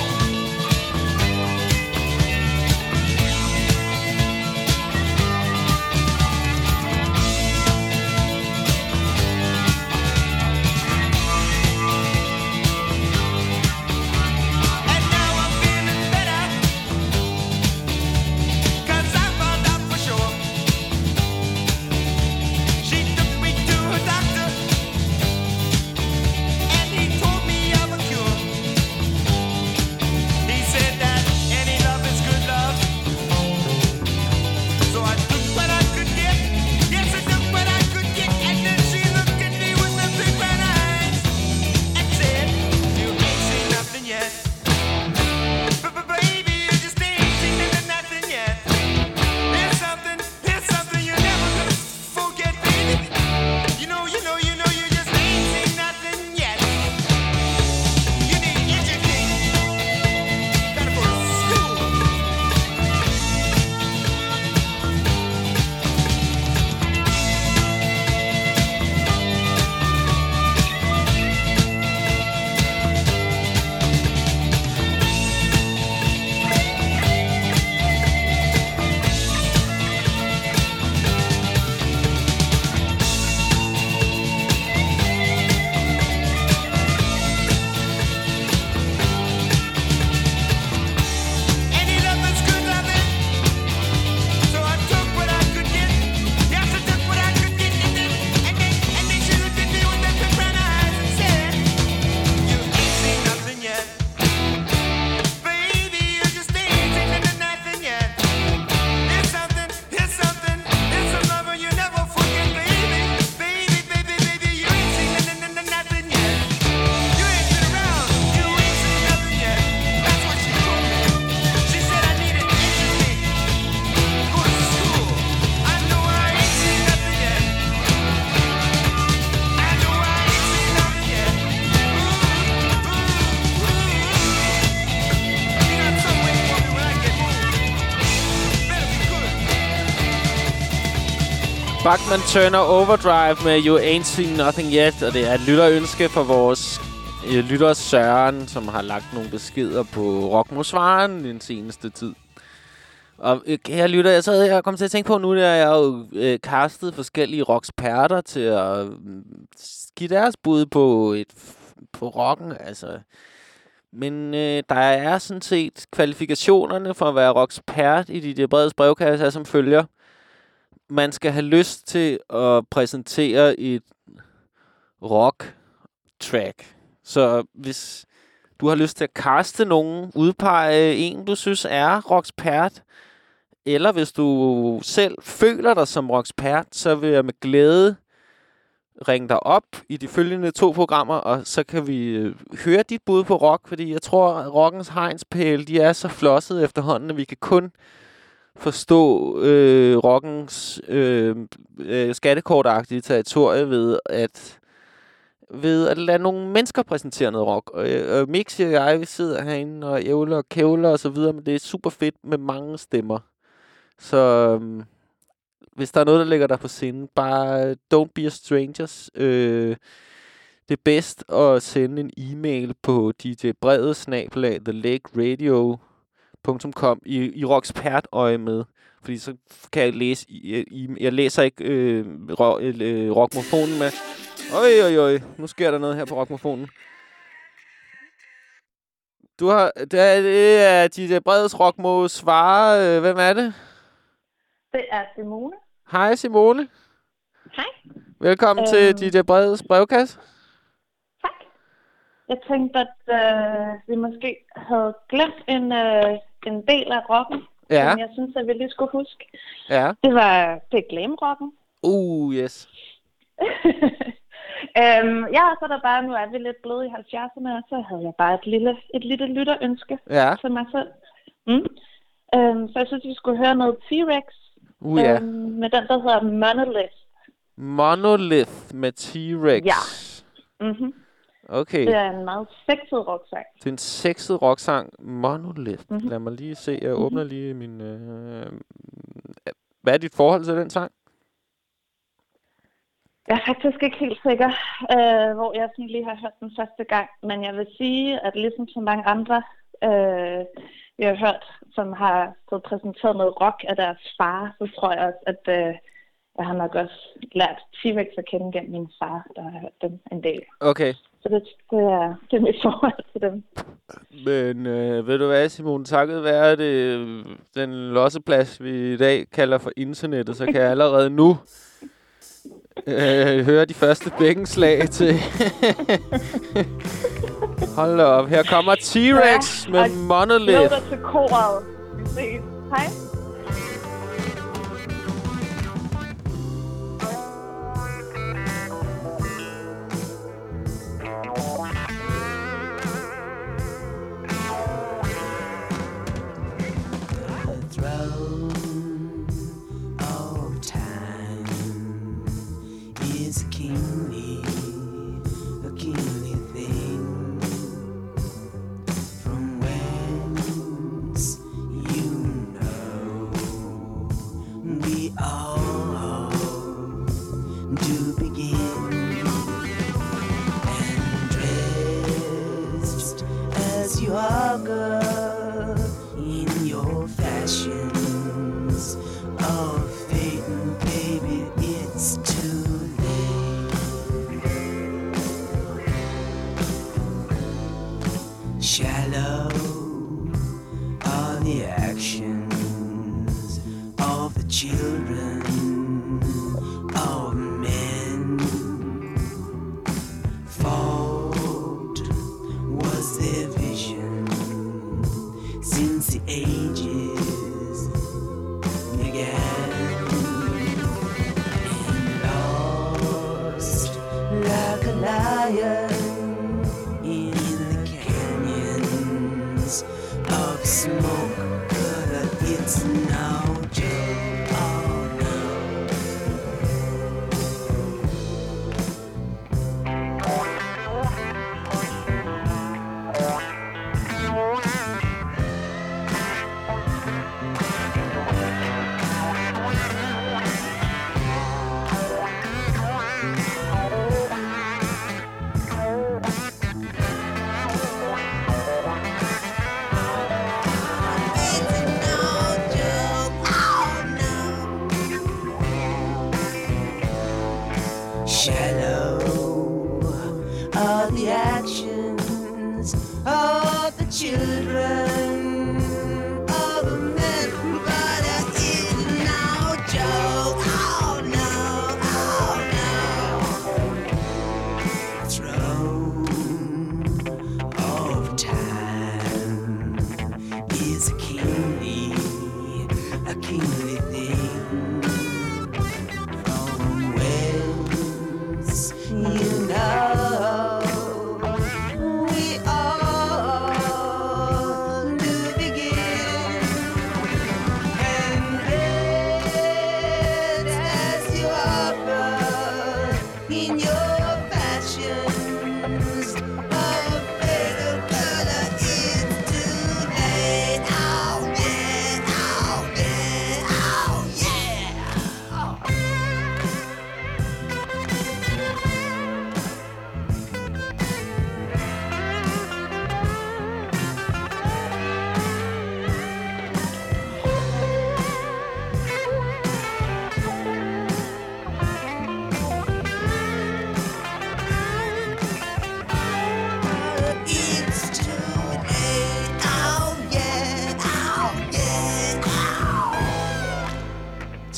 Bachman Turner Overdrive med You Ain't Seen Nothing Yet. Og det er et lytterønske fra vores lytter Søren, som har lagt nogle beskeder på Rockmusvaren den seneste tid. Og kære lytter, jeg sad her og kom til at tænke på, nu der jeg jo castet forskellige rocksperter til at give deres bud på rocken, altså. Men der er sådan set kvalifikationerne for at være rockspert i de brede brevkasse er som følger. Man skal have lyst til at præsentere et rock-track. Så hvis du har lyst til at kaste nogen, udpege en, du synes er rockspert, eller hvis du selv føler dig som rockspert, så vil jeg med glæde ringe dig op i de følgende 2 programmer, og så kan vi høre dit bud på rock, fordi jeg tror, at rockens hegnspæle, de er så flosset efterhånden, at vi kan kun forstå rockens skattekortagtige territorie ved at lade nogle mennesker præsentere noget rock. Og Mixi og jeg, vi sidder herinde og ævler og kævler og så videre, men det er super fedt med mange stemmer. Så hvis der er noget, der ligger der på sinde, bare don't be a strangers. Det er bedst at sende en e-mail på djbrede@thelakeradio.com i rockspert-øje med. Fordi så kan jeg læse... Jeg læser ikke rockmofonen med. Oj. Nu sker der noget her på rockmofonen. Det er DJ Bredes Rockmo svare. Hvem er det? Det er Simone. Hej Simone. Hej. Velkommen til DJ Bredes brevkasse. Tak. Jeg tænkte, at vi måske havde glemt en del af rocken, som jeg synes, at vi lige skulle huske. Ja. Det er glam-rocken. Yes. Så der bare, nu er vi lidt blevet i 70'erne, og så havde jeg bare et lille lytterønske til mig selv. Så jeg synes, vi skulle høre noget T-Rex med den, der hedder Monolith. Monolith med T-Rex? Ja. Mm-hmm. Okay. Det er en meget sexet rocksang. Det er en sexet rocksang. Monolith. Mm-hmm. Lad mig lige se. Jeg åbner lige min... Hvad er dit forhold til den sang? Jeg er faktisk ikke helt sikker, hvor jeg sådan lige har hørt den første gang. Men jeg vil sige, at ligesom så mange andre, vi har hørt, som har fået præsenteret noget rock af deres far, så tror jeg også, at jeg har nok også lært T-Rex at kende gennem min far, der har hørt dem en del. Okay. Så det er mit forhold til dem. Men ved du hvad, Simone, takket være det, den losseplads, vi i dag kalder for internettet, så kan jeg allerede nu høre de første bækkenslag til... Hold da op, her kommer T-Rex med Monolith. Glæder dig til koret. Vi ses. Hej.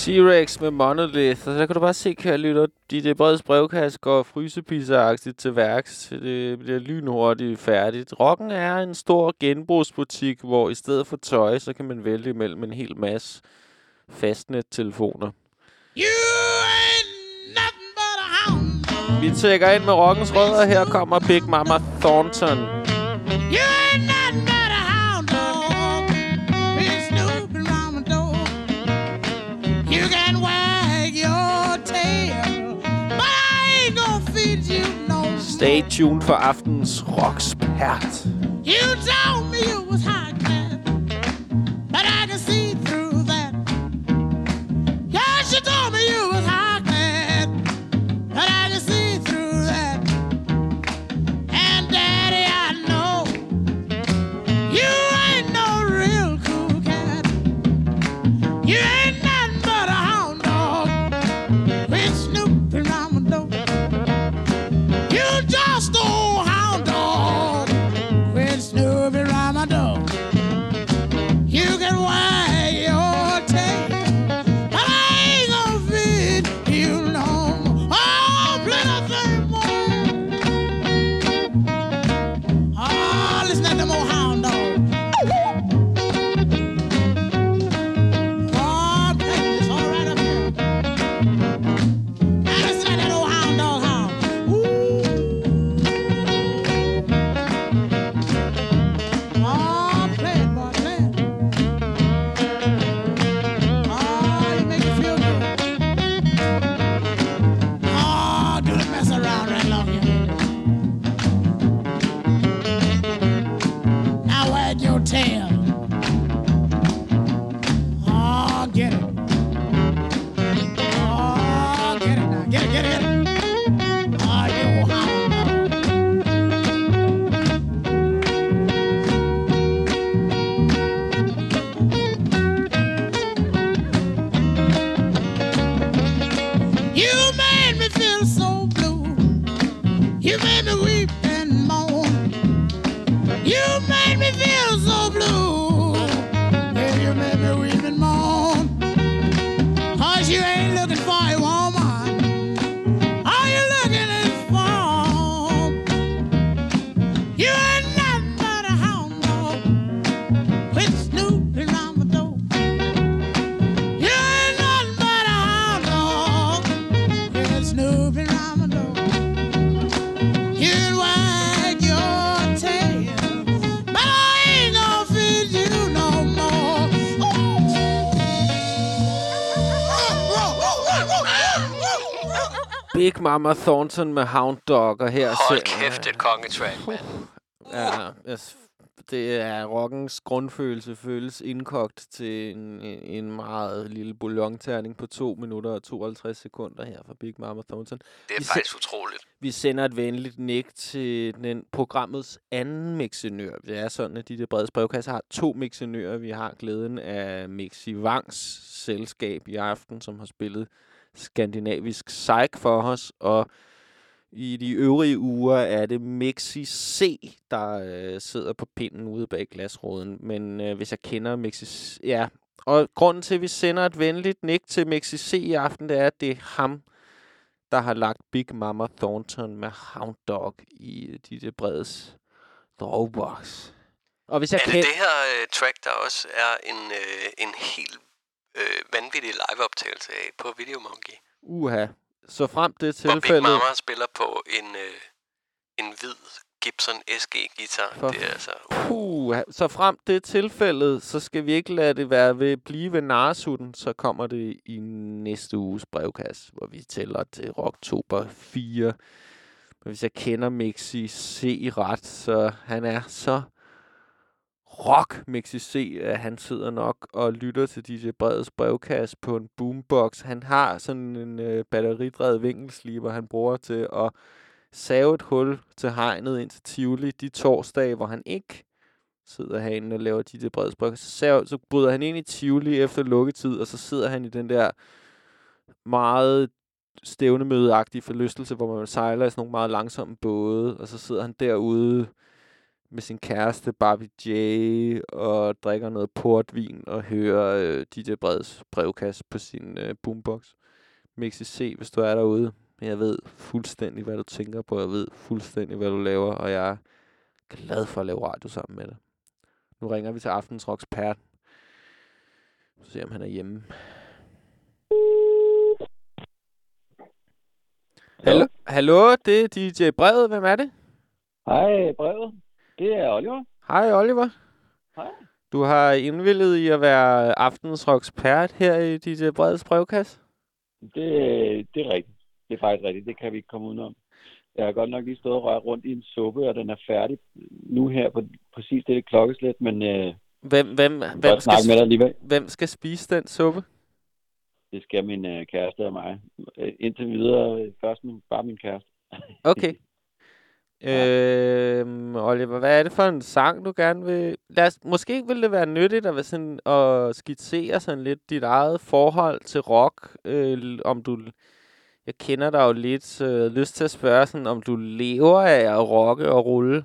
T-Rex med Monolith, og så kan du bare se, kære lytter, DJ Breds brevkasse går frysepizza-agtigt til værks. Det bliver lynhurtigt færdigt. Rocken er en stor genbrugsbutik, hvor i stedet for tøj, så kan man vælge mellem en hel masse fastnet-telefoner. Vi tjekker ind med rockens rødder. Her kommer Big Mama Thornton. You can wag your tail, but I ain't gonna feed you no more. Stay tuned for aftens rockspert. You told me you was high class, but I can see through that. Yes, you told me you was high class, but I can see through that. And Daddy, I know you ain't no real cool cat. You ain't nothing but a hound dog with Snoop and Ramado. You just old hound dog with Snoop and Ramado. You can wag your tail, but I ain't gonna feed you no more. Oh, plenty more. Oh, listen to them old hound dogs. Tail. Oh, get it. Oh, get it now. Get it, get it, get it. Oh, you hound dog. You made me feel so blue. You made me weep and moan. You made me feel so blue. Yeah, you made me weep and moan. 'Cause you ain't looking for a woman. All you looking is for. You ain't nothing but a hound dog with Snoop and Ramado. You ain't nothing but a hound dog with Snoop and Ramado. You can wag your tail, but I ain't gonna feed you no more. Big Mama Thornton med Hound Dog, og her... Hold kæft, et kongetrack, mand. Ja, det er rockens grundfølelse, føles indkogt til en meget lille bouillonterning på 2 minutter og 52 sekunder her fra Big Mama Thornton. Det er faktisk utroligt. Vi sender et venligt nik til den programmets anden mixenør. Det er sådan, at de Breds brevkasse har 2 mixenører. Vi har glæden af Mixi Wangs selskab i aften, som har spillet skandinavisk psych for os, og i de øvrige uger er det Mixi C, der sidder på pinden ude bag glasruden. Men hvis jeg kender Mixi C... Ja, og grunden til, at vi sender et venligt nik til Mixi C i aften, det er, at det er ham, der har lagt Big Mama Thornton med Hound Dog i de Breds Dropbox. Og hvis jeg det her track, der også er en helt vanvittig liveoptagelse af på Videomonkey? Uha. Så frem det tilfælde... Hvor Big Mama spiller på en hvid Gibson SG-guitar. Det er altså... Så frem det tilfælde, så skal vi ikke lade det blive ved narsutten, så kommer det i næste uges brevkasse, hvor vi tæller til Rocktober 4. Men hvis jeg kender Mixi C ret, så han er så rock Mixi C, at han sidder nok og lytter til DJ Breds brevkasse på en boombox. Han har sådan en batteridrevet vinkelsliber, han bruger til at save et hul til hegnet ind til Tivoli de torsdage, hvor han ikke sidder herinde og laver DJ Breds brevkasse. Så bryder han ind i Tivoli efter lukketid, og så sidder han i den der meget stævnemødeagtige forlystelse, hvor man sejler i sådan nogle meget langsomme både, og så sidder han derude med sin kæreste Barbie J og drikker noget portvin og hører DJ Breds brevkasse på sin boombox. Mixi C, hvis du er derude. Jeg ved fuldstændig, hvad du tænker på. Jeg ved fuldstændig, hvad du laver, og jeg er glad for at lave radio sammen med dig. Nu ringer vi til Aftens Rocks Pert. Så se, om han er hjemme. Hallo, det er DJ Brevet. Hvem er det? Hej, Brevet. Det er Oliver. Hej, Oliver. Hej. Du har indvilliget i at være Aftens Rocks Pert her i DJ Breds brevkasse? Det er rigtigt. Det er faktisk rigtigt. Det kan vi ikke komme udenom. Jeg har godt nok lige stået og rørt rundt i en suppe, og den er færdig nu her på præcis det klokkeslæt, men hvem skal spise den suppe? Det skal min kæreste og mig. Indtil videre først bare min kæreste. Okay. Oliver, hvad er det for en sang, du gerne vil... Måske ville det være nyttigt at skitsere sådan lidt dit eget forhold til rock. Om du... Jeg kender dig jo lidt, så jeg har lyst til at spørge sådan, om du lever af at rocke og rulle?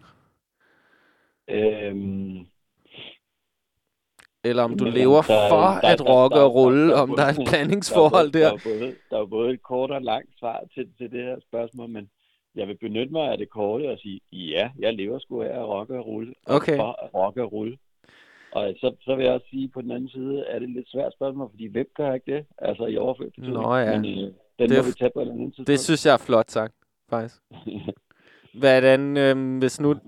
Eller om du lever for at rocke og rulle, om der er et blandingsforhold der? Der er både et kort og langt svar til det her spørgsmål, men jeg vil benytte mig af det korte og sige, ja, jeg lever sgu af at rocke og rulle. Okay. For at rocke og rulle. Og så vil jeg også sige, på den anden side, er det et lidt svært spørgsmål, fordi hvem gør ikke det? Altså i overført betydning. Nå ja. Men den må vi tage på en anden tidspunkt. Det synes jeg er flot sagt, faktisk. Hvordan, hvis nu...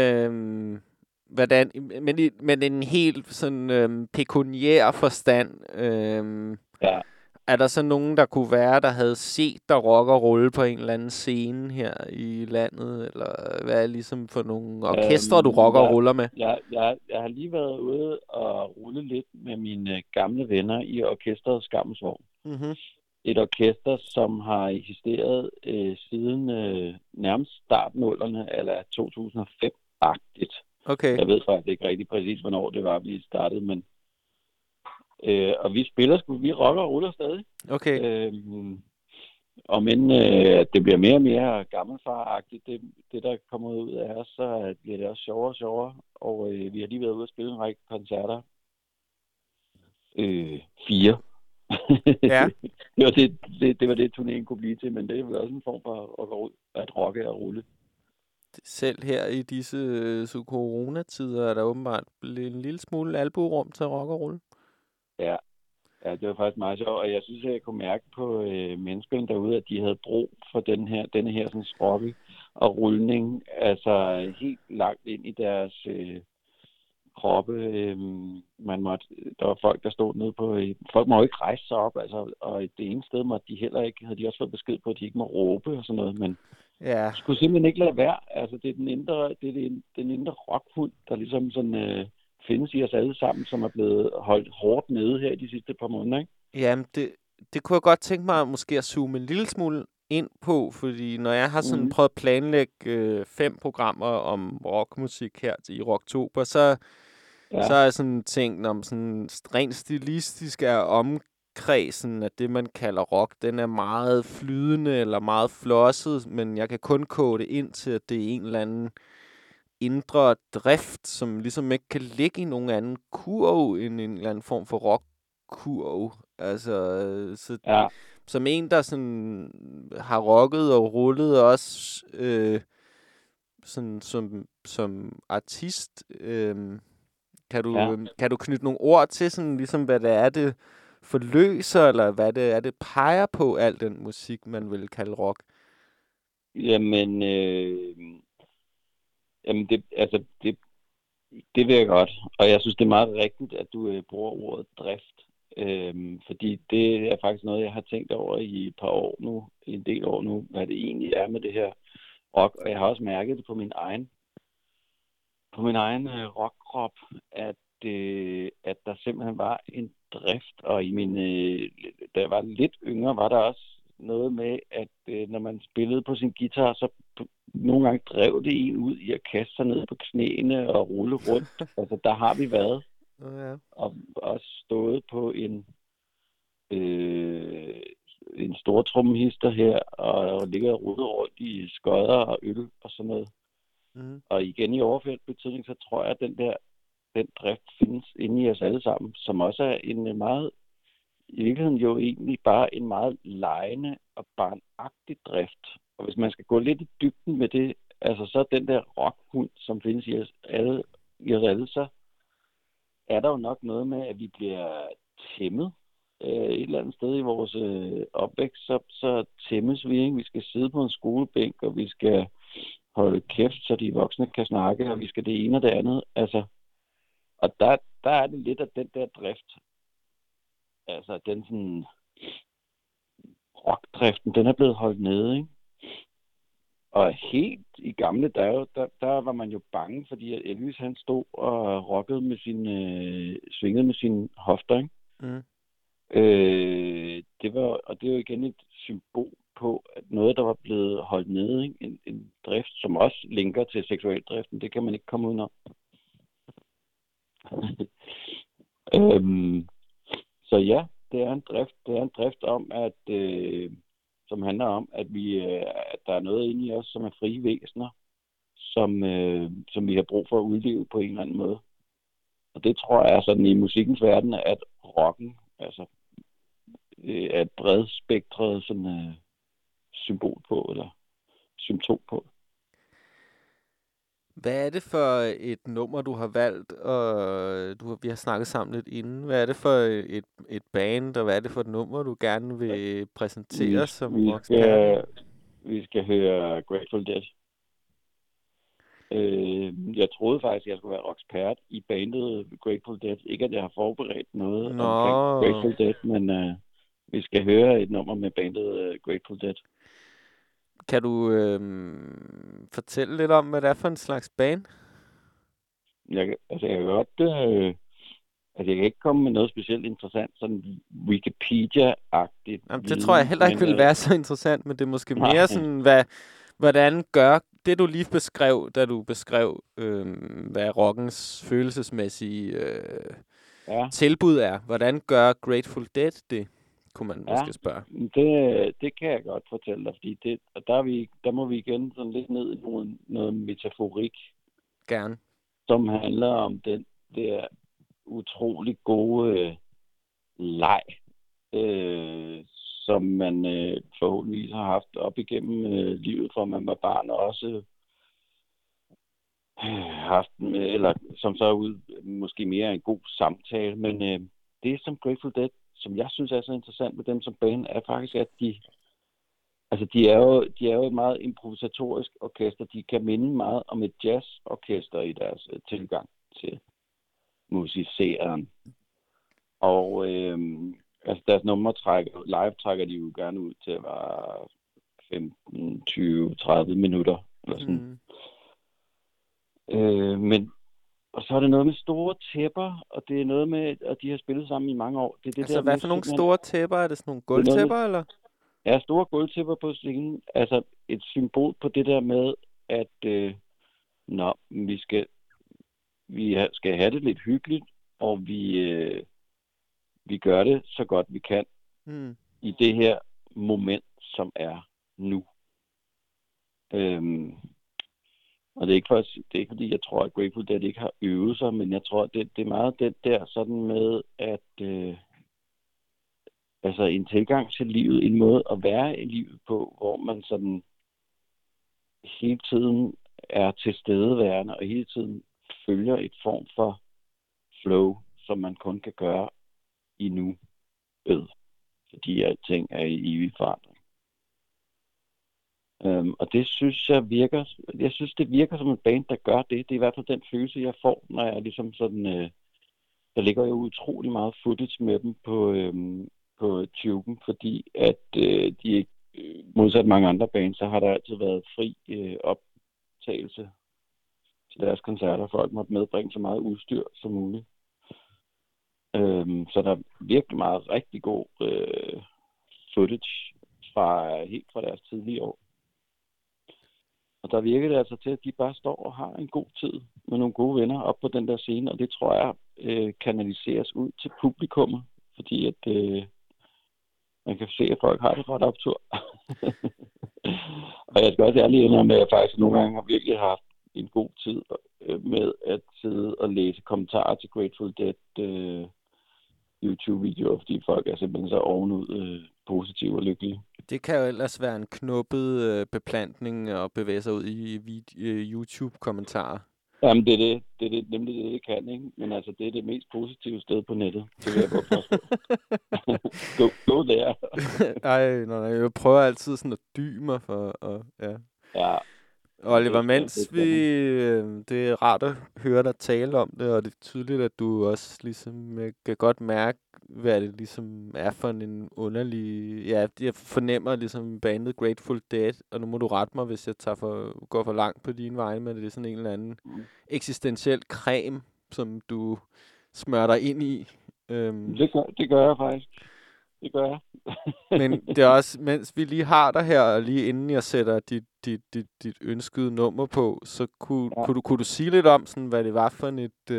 men en helt sådan pekuniær forstand... ja. Er der så nogen, der kunne være, der havde set dig rock og rulle på en eller anden scene her i landet? Eller hvad er ligesom for nogle orkestre, du rocker og ruller med? Jeg har lige været ude og rulle lidt med mine gamle venner i orkestret Skammens Vogn. Mm-hmm. Et orkester, som har eksisteret siden nærmest startnullerne, eller 2005-agtigt. Okay. Jeg ved faktisk ikke rigtig præcis, hvornår det var, vi startede, men og vi spiller vi rocker og ruller stadig. Okay. Og men det bliver mere og mere gammelfaragtigt, det der kommer ud af os, så bliver det også sjovere og sjovere. Og vi har lige været ude og spille en række koncerter. 4. Ja. det var det, turnéen kunne blive til, men det er vel også en form for at rocke og rulle. Selv her i disse coronatider er der åbenbart en lille smule albuerum til at rocke og rulle. Ja, det var faktisk meget sjovt, og jeg synes, at jeg kunne mærke på menneskerne derude, at de havde brug for denne her sådan rokke og rulning, altså helt langt ind i deres kroppe. Der var folk, der stod nede på... folk må jo ikke rejse sig op, altså, og det ene sted måtte de heller ikke, havde de også fået besked på, at de ikke må råbe og sådan noget, men ja. Skulle simpelthen ikke lade være. Altså, det er den indre rockhund, der ligesom sådan... findes i os alle sammen, som er blevet holdt hårdt nede her i de sidste par måneder, ikke? Jamen, det kunne jeg godt tænke mig måske at zoome en lille smule ind på, fordi når jeg har sådan prøvet at planlægge 5 programmer om rockmusik her i Rocktober, så er jeg sådan tænkt om sådan rent stilistisk er omkredsen af det, man kalder rock, den er meget flydende eller meget flosset, men jeg kan kun kode det ind til, at det er en eller anden indre drift, som ligesom ikke kan ligge i nogen anden kurv end en eller anden form for rock-kurv. Altså, som en, der sådan har rocket og rullet også sådan som artist, kan du knytte nogle ord til, sådan ligesom hvad det er, det forløser, eller hvad det er, det peger på, al den musik, man vil kalde rock? Jamen, det vil jeg godt. Og jeg synes, det er meget rigtigt, at du bruger ordet drift. Fordi det er faktisk noget, jeg har tænkt over i et par år nu, en del år nu, hvad det egentlig er med det her rock. Og jeg har også mærket det på min egen rockkrop, at der simpelthen var en drift. Og da jeg var lidt yngre, var der også noget med, at når man spillede på sin guitar, så nogle gange drev det en ud i at kaste sig ned på knæene og rulle rundt. Altså, der har vi været. Ja. Og også stået på en stor trommehister her, og ligger og ruller rundt i skodder og øl og sådan noget. Mm. Og igen i overført betydning, så tror jeg, at den drift findes inde i os alle sammen, som også er en meget, i virkeligheden jo egentlig bare en meget legende og barnagtig drift. Og hvis man skal gå lidt i dybden med det, altså så den der rockhund, som findes i os alle, så er der jo nok noget med, at vi bliver tæmmet et eller andet sted i vores opvækst, så tæmmes vi, ikke? Vi skal sidde på en skolebænk, og vi skal holde kæft, så de voksne kan snakke, og vi skal det ene og det andet. Altså, og der er det lidt af den der drift. Altså, den sådan rockdriften, den er blevet holdt nede, ikke? Og helt i gamle dage, der var man jo bange, fordi Elvis han stod og rockede med svingede med sine hofter, ikke? Mm. Det er jo igen et symbol på at noget, der var blevet holdt nede, ikke? En drift, som også linker til seksualdriften. Det kan man ikke komme udenom. Så ja, det er en drift. Det er en drift om, at som handler om, at at der er noget inde i os, som er frie væsener, som vi har brug for at udleve på en eller anden måde. Og det tror jeg er sådan i musikkens verden, at rocken, altså er et bredspektret sådan symbol på, eller symptom på. Hvad er det for et nummer, du har valgt? Vi har snakket sammen lidt inden. Hvad er det for et band, og hvad er det for et nummer, du gerne vil præsentere som rockspærte? Vi skal høre Grateful Dead. Jeg troede faktisk, at jeg skulle være rockspert i bandet Grateful Dead. Ikke, at jeg har forberedt noget omkring Grateful Dead, men vi skal høre et nummer med bandet Grateful Dead. Kan du fortælle lidt om, hvad det er for en slags band? Jeg kan godt... jeg kan ikke komme med noget specielt interessant, sådan Wikipedia-agtigt. Jamen, det tror jeg heller ikke vil være så interessant, men det er måske mere sådan, hvordan gør det, du lige beskrev, da du beskrev, hvad rockens følelsesmæssige tilbud er. Hvordan gør Grateful Dead det, kunne man måske spørge. Det kan jeg godt fortælle dig, fordi der må vi igen sådan lidt ned i noget metaforik. Gerne. Som handler om den der utrolig gode leg, som man forhåbentlig har haft op igennem livet, fra man var barn, og også haft, eller som så er ud måske mere en god samtale. Men det som Grateful Dead, som jeg synes er så interessant med dem som band, er faktisk, at de er jo et meget improvisatorisk orkester. De kan minde meget om et jazzorkester i deres tilgang til musiceren. Og deres numre live trækker de jo gerne ud til at være 15, 20, 30 minutter. Eller sådan. Men og så er det noget med store tæpper, og det er noget med, at de har spillet sammen i mange år. Det er det altså, der hvad for nogle store tæpper? Er det sådan nogle gulvtæpper, eller? Ja, store gulvtæpper på scenen. Altså et symbol på det der med, at vi skal have det lidt hyggeligt, og vi gør det så godt vi kan i det her moment, som er nu. Og det er ikke fordi, jeg tror, at Grateful Dead ikke har øvet sig, men jeg tror, det er meget det der sådan med, at altså en tilgang til livet, en måde at være i livet på, hvor man sådan hele tiden er tilstedeværende, og hele tiden følger et form for flow, som man kun kan gøre i nu. Fordi alting er i evig forandring. Og det synes jeg virker, det virker som en band, der gør det. Det er i hvert fald den følelse, jeg får, når jeg ligesom sådan, der ligger jo utrolig meget footage med dem på tuben, fordi at de ikke, modsat mange andre bands, så har der altid været fri optagelse til deres koncerter. Folk måtte medbringe så meget udstyr som muligt. Så der er virkelig meget rigtig god footage helt fra deres tidlige år. Og der virker det altså til, at de bare står og har en god tid med nogle gode venner op på den der scene, og det tror jeg kanaliseres ud til publikummet, fordi at man kan se, at folk har det ret optur. Og jeg skal også ærligt indrømme, at jeg faktisk nogle gange har virkelig haft en god tid med at sidde og læse kommentarer til Grateful Dead YouTube-videoer, fordi folk er simpelthen så ovenud positive og lykkelige. Det kan jo ellers være en knuppet beplantning at bevæge sig ud i YouTube-kommentarer. Jamen, det er nemlig det kan, ikke? Men altså, det er det mest positive sted på nettet. Det vil jeg godt forstå. Go der. Nej, jeg prøver altid sådan at dybe mig for at, Ja. Oliver, mens det er rart at høre dig tale om det, og det er tydeligt, at du også ligesom kan godt mærke, hvad det ligesom er for en underlig... Ja, jeg fornemmer ligesom bandet Grateful Dead, og nu må du rette mig, hvis jeg går for langt på dine vegne, men det er sådan en eller anden eksistentiel creme, som du smører dig ind i. Det gør jeg faktisk. Det gør jeg. Men det er også, mens vi lige har dig her, og lige inden jeg sætter dit ønskede nummer på, så kunne du sige lidt om, sådan, hvad det var for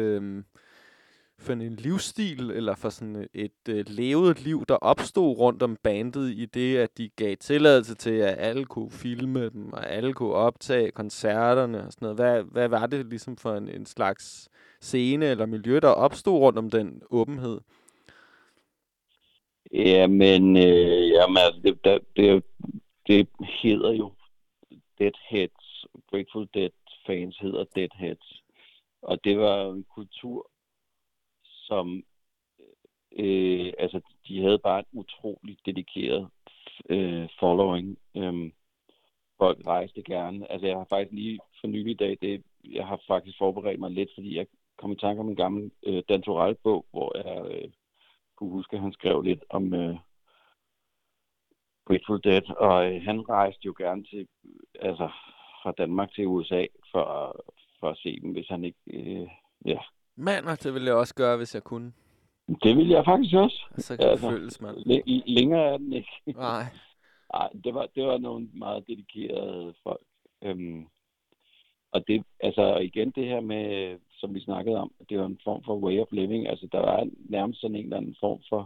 en livsstil, eller for sådan et levet liv, der opstod rundt om bandet i det, at de gav tilladelse til, at alle kunne filme dem, og alle kunne optage koncerterne og sådan noget. Hvad var det ligesom for en slags scene eller miljø, der opstod rundt om den åbenhed? Jamen, altså, det hedder jo Deadheads. Grateful Dead fans hedder Deadheads. Og det var en kultur, som altså, de havde bare et utroligt dedikeret following. Folk rejste gerne. Altså, jeg har faktisk lige for nylig i dag, jeg har faktisk forberedt mig lidt, fordi jeg kom i tanke om en gammel Dan Turèll-bog, hvor jeg kunne huske, at han skrev lidt om Grateful Dead, og han rejste jo gerne til, altså fra Danmark til USA for at se dem, hvis han ikke, Mander, det ville jeg også gøre, hvis jeg kunne. Det ville jeg faktisk også. Så kan det føles, mand. Længere er den ikke. Nej. Nej, det var nogle meget dedikerede folk. Og det, altså igen det her med, som vi snakkede om, det var en form for way of living. Altså der var nærmest sådan en eller anden form for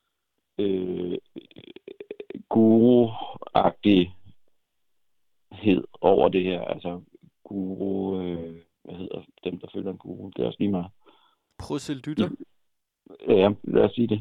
guru-agtighed over det her. Altså guru, hvad hedder dem, der følger en guru? Det er også lige meget. Proselytter? Ja, lad os sige det.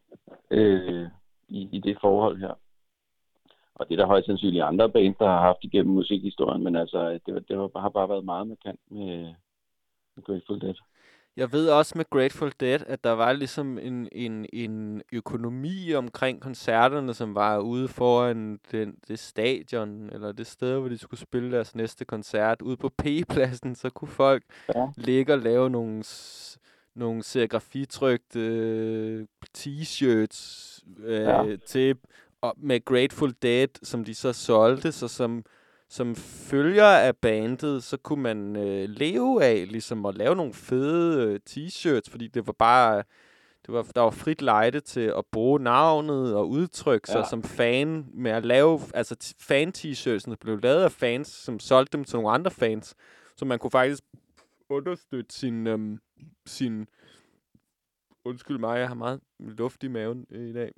I det forhold her. Og det er der højst sandsynligt andre bands, der har haft igennem musikhistorien, men altså, det har bare været meget markant med Grateful Dead. Jeg ved også med Grateful Dead, at der var ligesom en økonomi omkring koncerterne, som var ude foran det stadion, eller det sted, hvor de skulle spille deres næste koncert. Ude på P-pladsen, så kunne folk ligge og lave nogle serigrafitrykte t-shirts til med Grateful Dead, som de så solgte, så som følger af bandet, så kunne man leve af ligesom at lave nogle fede t-shirts, fordi det var bare der var frit lejde til at bruge navnet og udtrykke sig som fan med at lave, altså fan-t-shirtsene blev lavet af fans, som solgte dem til nogle andre fans, så man kunne faktisk understøtte sin undskyld mig, jeg har meget luft i maven i dag.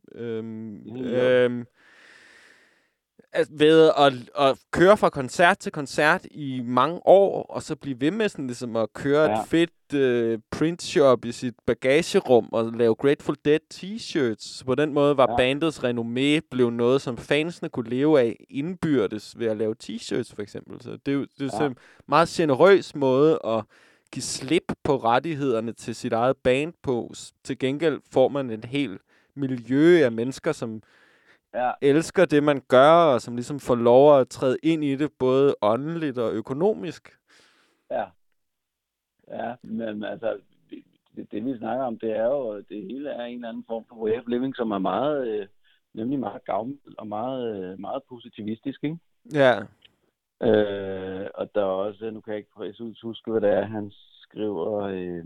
Ved at køre fra koncert til koncert i mange år, og så blive ved med sådan ligesom at køre et fedt printshop i sit bagagerum og lave Grateful Dead t-shirts. Så på den måde var bandets renommé blev noget, som fansene kunne leve af indbyrdes ved at lave t-shirts for eksempel. Så det er jo en meget generøs måde at give slip på rettighederne til sit eget band på. Til gengæld får man et helt miljø af mennesker, som elsker det, man gør, og som ligesom får lov at træde ind i det, både åndeligt og økonomisk. Ja, men altså, det vi snakker om, det er jo, det hele er en eller anden form for way of living, som er meget, nemlig meget gavmild og meget, meget positivistisk, ikke? Ja. Og der er også, nu kan jeg ikke præcis huske, hvad det er, han skriver...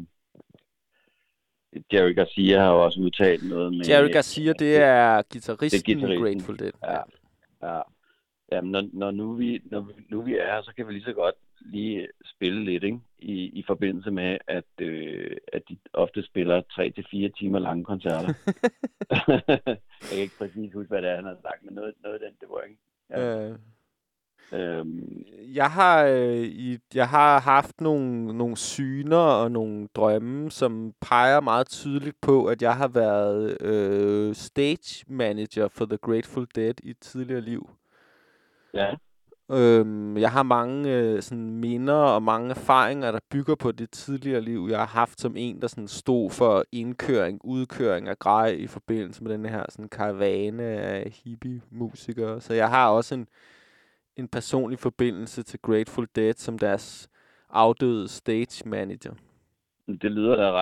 Jerry Garcia har også udtalt noget med... Jerry Garcia, det er guitaristen i Grateful Dead. Ja. Jamen, når nu vi er her, så kan vi lige så godt lige spille lidt, ikke? I forbindelse med, at de ofte spiller 3-4 timer lange koncerter. Jeg kan ikke præcis huske, hvad det er, han har sagt, men noget af den, det var ikke. Ja. Jeg har haft nogle syner og nogle drømme, som peger meget tydeligt på, at jeg har været stage manager for The Grateful Dead i et tidligere liv. Ja. Jeg har mange sådan minder og mange erfaringer, der bygger på det tidligere liv, jeg har haft som en, der sådan stod for indkøring, udkøring af grej i forbindelse med den her sådan karavane af hippie-musikere. Så jeg har også en personlig forbindelse til Grateful Dead som deres afdøde stage manager. Det lyder da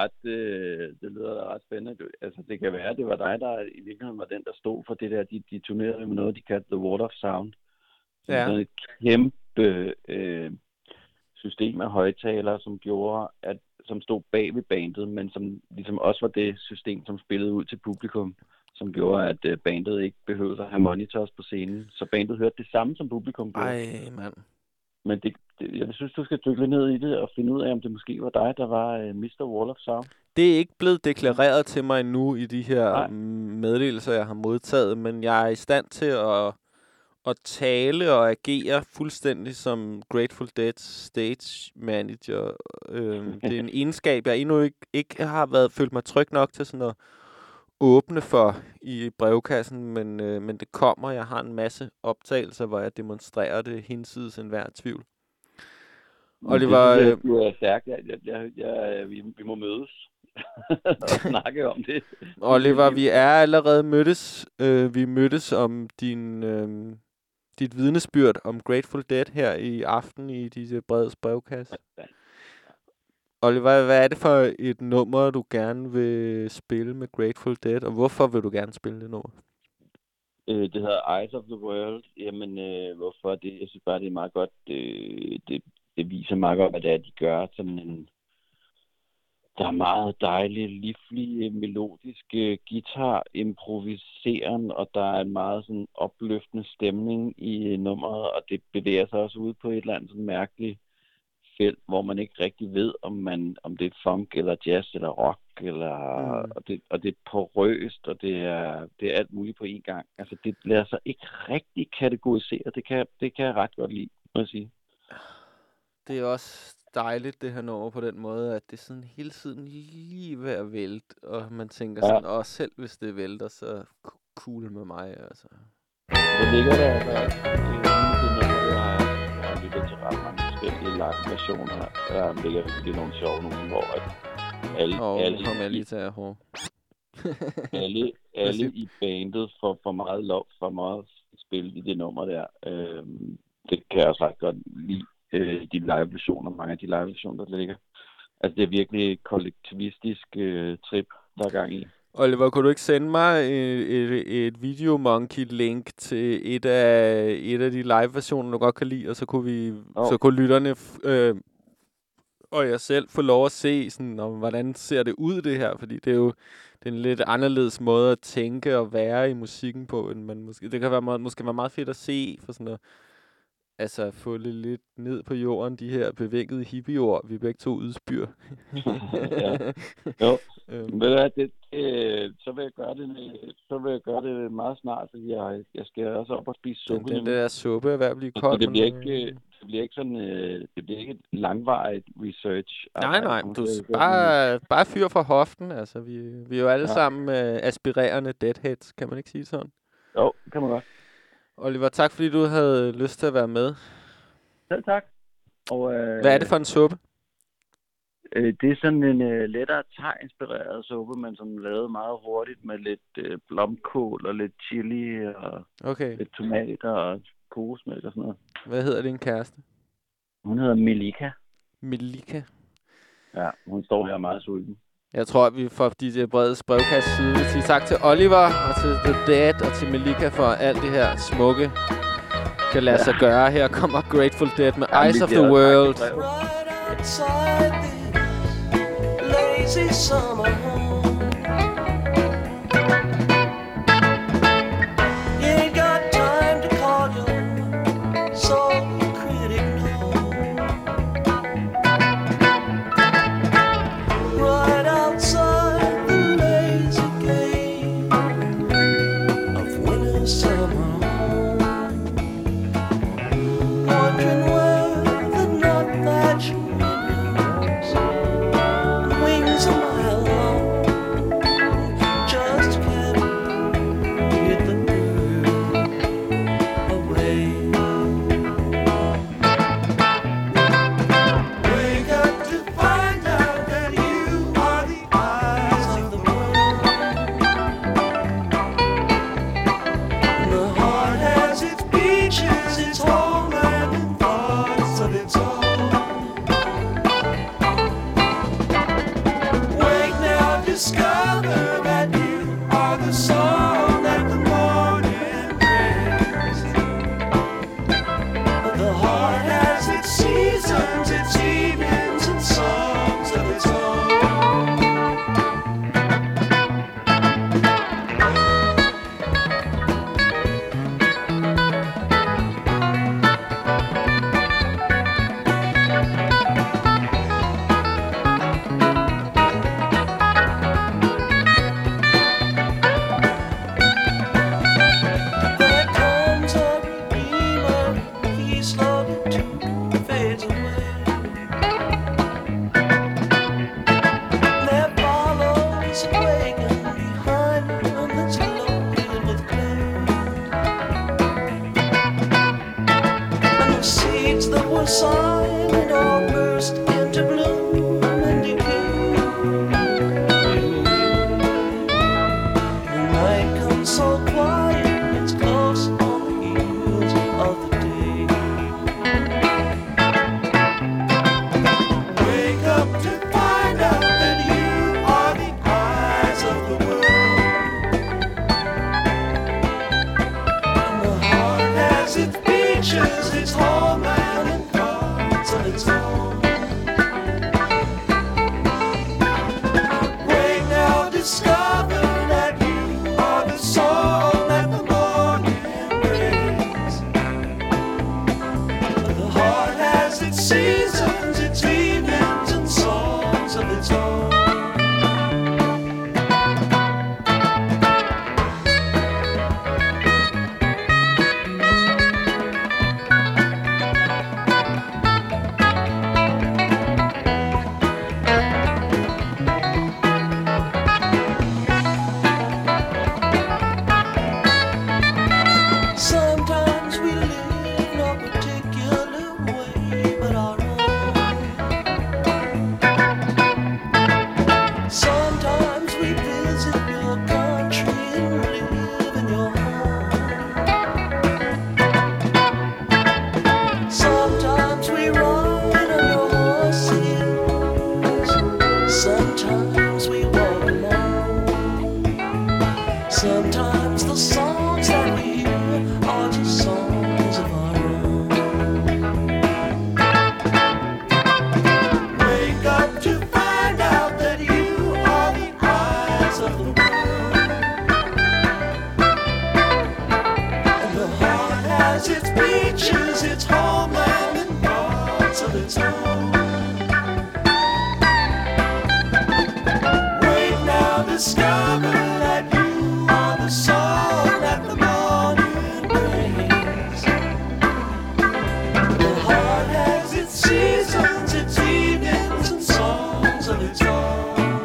ret spændende. Altså, det kan være, det var dig, der i virkeligheden var den, der stod for det der. De turnerede med noget, de kaldte The Wall of Sound. Ja. Sådan et kæmpe system af højtalere, som stod bag ved bandet, men som ligesom også var det system, som spillede ud til publikum, som gjorde, at bandet ikke behøvede at have monitors på scenen. Så bandet hørte det samme, som publikum gjorde. Ej, mand. Men jeg synes, du skal dykke lidt ned i det og finde ud af, om det måske var dig, der var Mr. Wall of Sound. Det er ikke blevet deklareret til mig endnu i de her meddelelser, jeg har modtaget, men jeg er i stand til at tale og agere fuldstændig som Grateful Dead stage manager. Det er en egenskab, jeg endnu ikke har følt mig tryg nok til sådan at åbne for i brevkassen, men det kommer. Jeg har en masse optagelser, hvor jeg demonstrerer det hinsides enhver tvivl. Oliver, du er stærk. Vi må mødes og snakke om det. Oliver, vi er allerede mødtes. Vi mødtes om dit vidnesbyrd om Grateful Dead her i aften i disse Breds brevkasse. Oliver, hvad er det for et nummer, du gerne vil spille med Grateful Dead, og hvorfor vil du gerne spille det nummer? Det hedder Eyes of the World. Jamen, hvorfor det? Jeg synes bare, det er meget godt. Det viser meget godt, hvad det er, de gør. Sådan en, der er meget dejlig, livlig, melodisk guitar, improviseren, og der er en meget sådan opløftende stemning i nummeret, og det bevæger sig også ud på et eller andet sådan mærkeligt felt, hvor man ikke rigtig ved, om det er funk eller jazz eller rock, eller og det er porøst, og det er alt muligt på én gang. Altså det lader sig ikke rigtig kategorisere. Det kan jeg ret godt lide, må jeg sige. Det er også dejligt, det her nummer på den måde, at det er sådan hele tiden lige ved at vælte, og man tænker sådan, selv hvis det vælter, så cool med mig, altså. Det ligger der altså det nummer, jeg har lyttet til ret mange forskellige live-versioner. Der ligger virkelig nogle sjove nogle, hvor alle kommer jeg lige til at høre. alle i bandet får for meget lov, for meget spil i det nummer der. Det kan jeg også ret godt lide. De live-versioner, mange af de live-versioner, der ligger. Altså, det er virkelig et kollektivistisk trip, der er gang i. Oliver, kunne du ikke sende mig et Videomonkey-link til et af de live-versioner, du godt kan lide, og så kunne lytterne og jeg selv få lov at se, sådan, hvordan ser det ud, det her? Fordi det er jo en lidt anderledes måde at tænke og være i musikken på, end man måske... Det kan være meget fedt at se for sådan noget. Altså, få lidt ned på jorden, de her bevægede hippieord, vi begge to udspyr. Ja. Jo, så vil jeg gøre det meget snart, fordi jeg skal også op og spise suppe. Den der suppe er ved at blive kold. Det bliver ikke sådan, det bliver ikke et langvarigt research. Nej, du bare fyr fra hoften, altså. Vi er jo alle sammen aspirerende deadheads, kan man ikke sige sådan? Jo, det kan man godt. Oliver, tak fordi du havde lyst til at være med. Selv tak. Og, hvad er det for en suppe? Det er sådan en lettere thai-inspireret suppe, men som lavet meget hurtigt med lidt blomkål og lidt chili og lidt tomat og kokosmælk og sådan noget. Hvad hedder din kæreste? Hun hedder Melika. Melika? Ja, hun står her meget sulten. Jeg tror, at vi fra DJ Breds brevkasse side vil sige tak til Oliver og til The Dead og til Melika for alt det her smukke kan lade sig gøre. Her kommer Grateful Dead med Eyes of the World. Right inside the lazy summer home. You ain't got time to call your soul critic, no. Right outside the lazy gate of winter summer home. discover that you are the song that the morning brings. The heart has its seasons, its evenings, and songs of its own. Silent all burst into bloom and decay. The night comes so quiet, it's close on the heels of the day. Wake up to find out that you are the eyes of the world, and the heart has its beaches, its homeland, of its own. Wake now, discover that you are the song that the morning brings. The heart has its seasons, its evenings, and songs of its own. Sometimes the songs that we hear are just songs of our own. Wake up to find out that you are the eyes of the world, and the heart has its beaches, its homeland, and parts of its own. Wake now, discover that you the song that the morning brings. The heart has its seasons, its evenings, and songs of its own.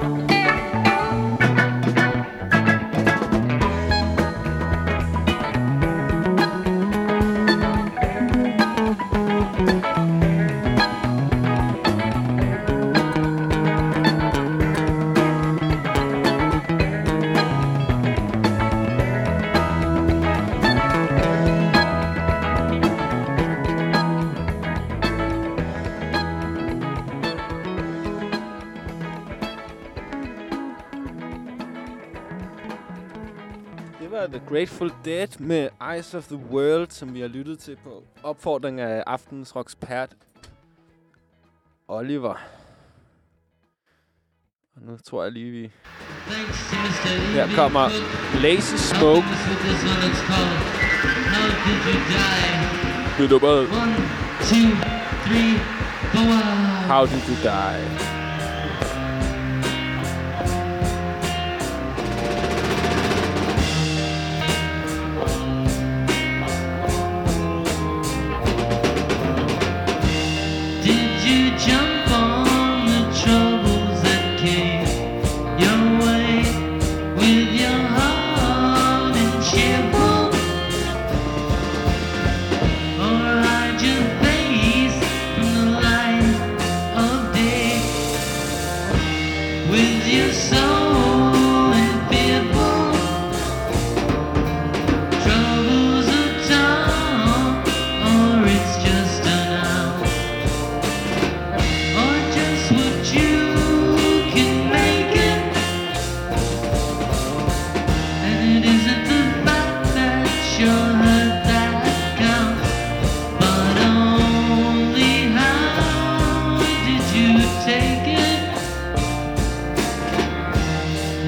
The Grateful Dead med Eyes of the World, som vi har lyttet til på opfordring af aftens rockspert Oliver. Og nu tror jeg lige, vi... Her kommer Lazy Smoke. Med nummeret 1, 2, 3, 4. How did you die? Jump on the troubles that came your way with your heart and cheerful, or hide your face from the light of day with your soul and fearful. Troubles of time, or it's just an hour. Or just what you can make it.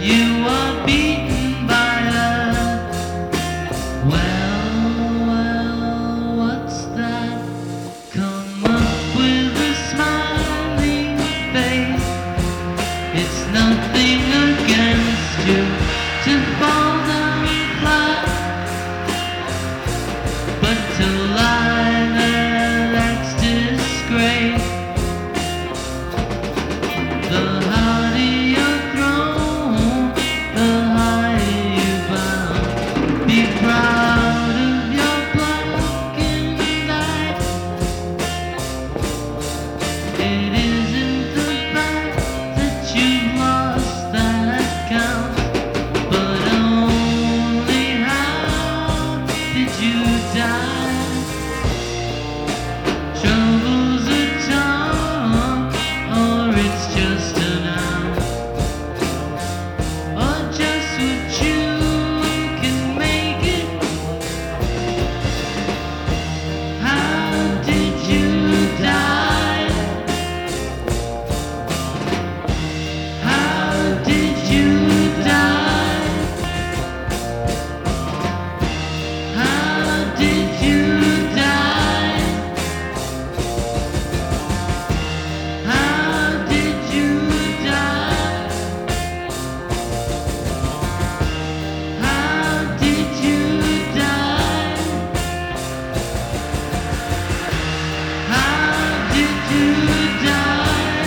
you are beaten by us. Well, what's that? Come up with a smiling face. It's nothing against you to fall down flat, but to lie there, that's disgrace. The harder you're thrown, the higher you bound. Be proud of your black and white. It isn't the fact that you've lost that counts, but only how did you die? Trouble's a tongue, or it's just an ounce, or just what you can make it. How did you die? How did you die? How did you die? How did you die? How did you die? How did you die?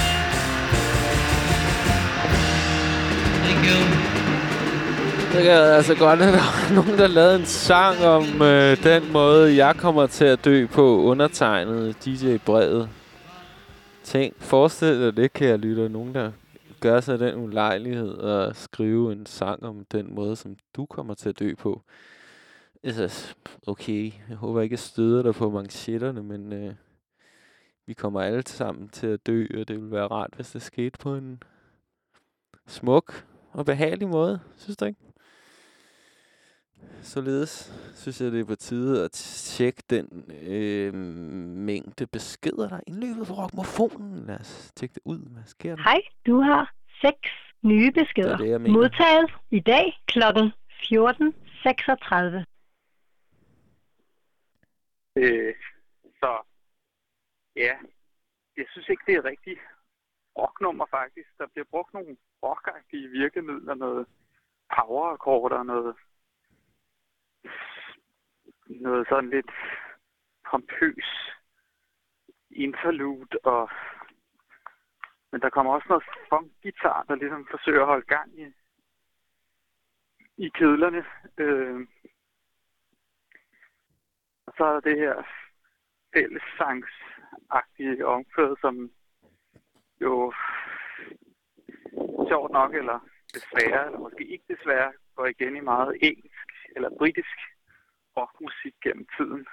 Thank you. Det gad altså godt, at der var nogen, der lavede en sang om den måde, jeg kommer til at dø på, undertegnet DJ Brevet. Tænk, forestil dig det, kære lytter. Nogen, der gør sig den ulejlighed at skrive en sang om den måde, som du kommer til at dø på. Altså, okay, jeg håber ikke, jeg støder dig på manchetterne, men vi kommer alle sammen til at dø, og det ville være rart, hvis det skete på en smuk og behagelig måde. Synes du ikke? Således synes jeg, det er på tide at tjekke den mængde beskeder, der er indløbet på Rockmofonen. Lad os tjekke det ud. Hvad sker der? Hej, du har 6 nye beskeder. Det er det, jeg mener. Modtaget i dag kl. 14.36. Så ja, jeg synes ikke, det er rigtig rocknummer faktisk. Der bliver brugt nogle rockagtige virkemidler, noget powerakkorder, noget sådan lidt pompøs interlude, men der kommer også noget funk-guitar, der ligesom forsøger at holde gang i kedlerne. Og så er det her fællessangsagtige omkvæd, som jo sjovt nok, eller desværre, eller måske ikke desværre, går igen i meget engelsk eller britisk rockmusik gennem tiden.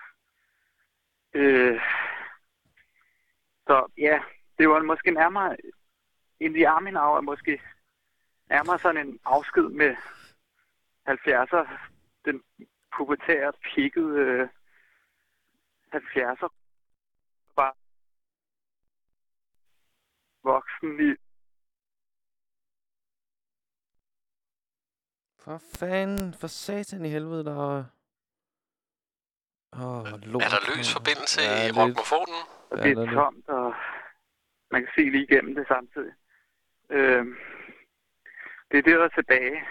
Så ja, det var måske nærmere, In the Army Now er måske nærmere sådan en afsked med 70'er, den pubertære, pikkede 70'er, bare voksen i. For fanden, for satan i helvede, der er... lort. Er der løs forbindelse i Rockmofonen? Det er tomt, og man kan se lige igennem det samtidig. Det er det, der er tilbage.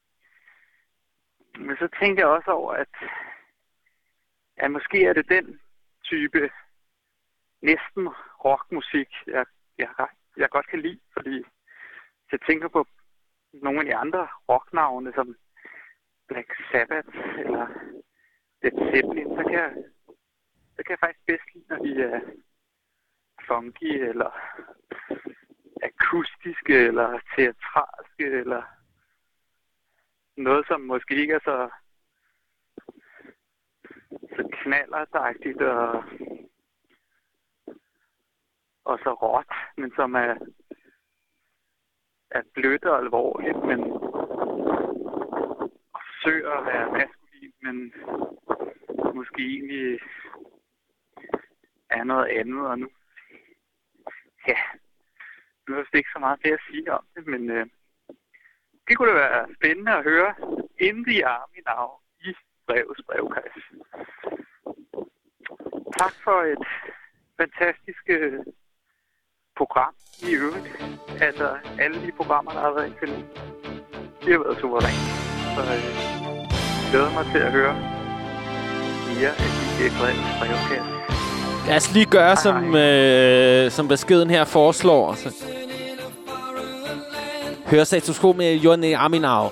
Men så tænker jeg også over, at måske er det den type næsten rockmusik, jeg godt kan lide, fordi jeg tænker på nogle af de andre rocknavne, som Black Sabbath eller Led Zeppelin, så kan jeg faktisk bedst lide, når de er funky eller akustiske eller teatralske eller noget, som måske ikke er så knallertagtigt og så råt, men som er blødt og alvorligt, men forsøger at være maskulin, men måske egentlig er noget andet, og nu er det ikke så meget det at sige om det, men det kunne da være spændende at høre In the Army Now i brevets brevkasse. Tak for et fantastisk program i øvrigt. Altså, alle de programmer, der har været indtil nu, de har været suveræne. Så glæder mig til at høre mere af de brevets brevkasse. Lad os lige gøre, som beskeden her foreslår. Så hør Statoskop med You're in the Army Now.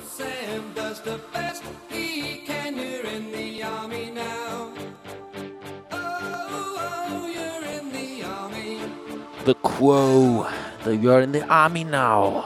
The Quo, the You're in the Army Now.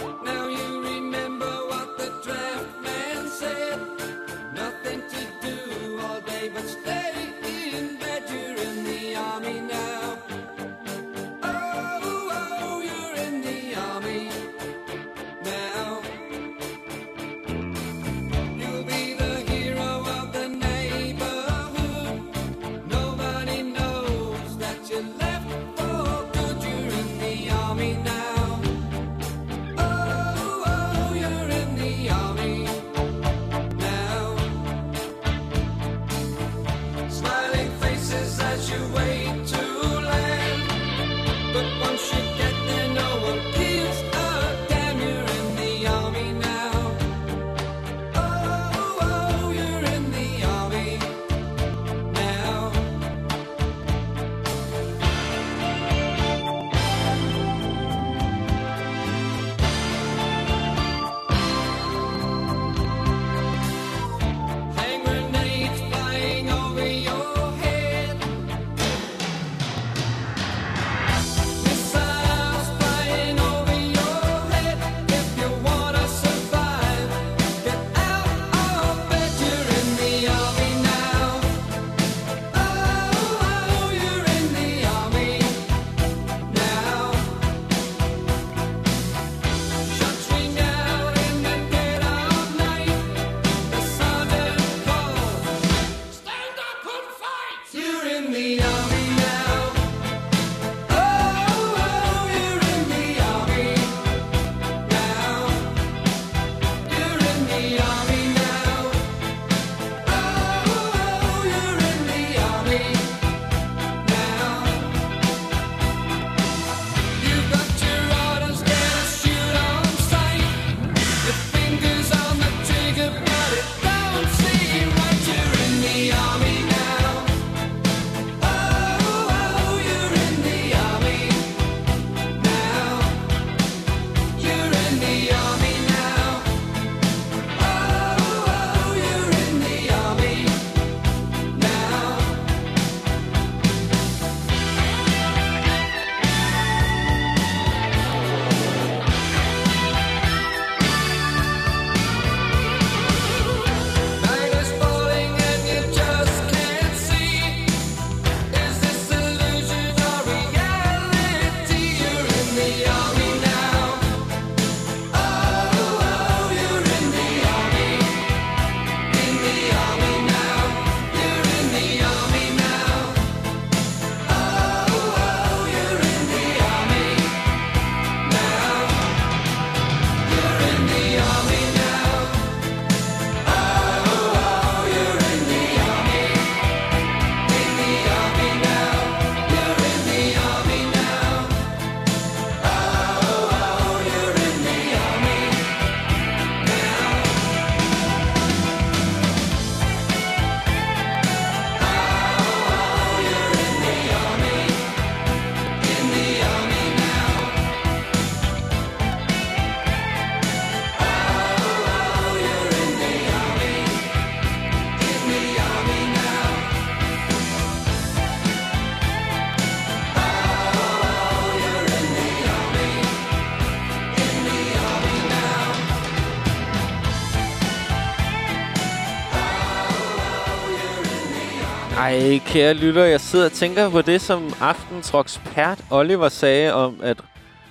Ej, kære lytter, jeg sidder og tænker på det, som aftens rockspert Oliver sagde om, at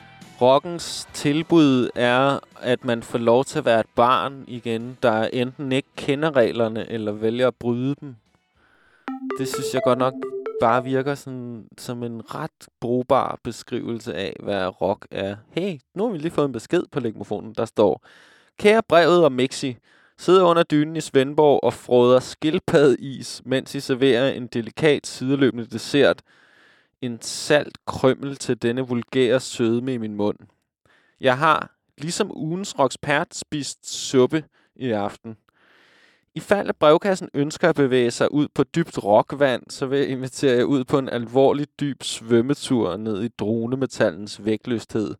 rockens tilbud er, at man får lov til at være et barn igen, der enten ikke kender reglerne, eller vælger at bryde dem. Det synes jeg godt nok bare virker sådan, som en ret brugbar beskrivelse af, hvad rock er. Hey, nu har vi lige fået en besked på legmofonen, der står: Kære brevet og Mixi, sidder under dynen i Svendborg og fråder skildpaddeis, mens I serverer en delikat sideløbende dessert. En salt krømmel til denne vulgære sødme i min mund. Jeg har, ligesom ugens rockspert, spist suppe i aften. I fald af brevkassen ønsker at bevæge sig ud på dybt rockvand, så vil jeg invitere jer ud på en alvorlig dyb svømmetur ned i dronemetallens vægtløshed.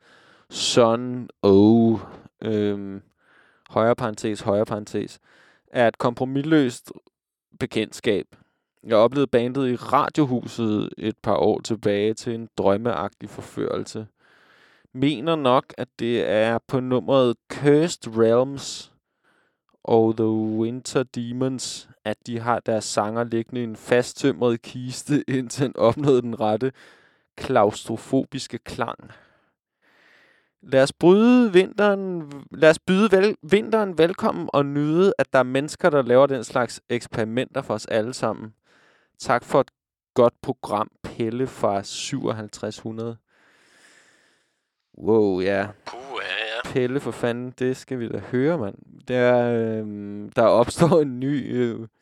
Højre parentes, er et kompromisløst bekendtskab. Jeg oplevede bandet i Radiohuset et par år tilbage til en drømmeagtig forførelse. Mener nok, at det er på nummeret Cursed Realms og The Winter Demons, at de har deres sanger liggende i en fasttømret kiste, indtil den opnåede den rette klaustrofobiske klang. Lad os byde vinteren velkommen og nyde, at der er mennesker, der laver den slags eksperimenter for os alle sammen. Tak for et godt program, Pelle fra 5700. Wow, ja. Pelle for fanden, det skal vi da høre, mand. Der opstår en ny...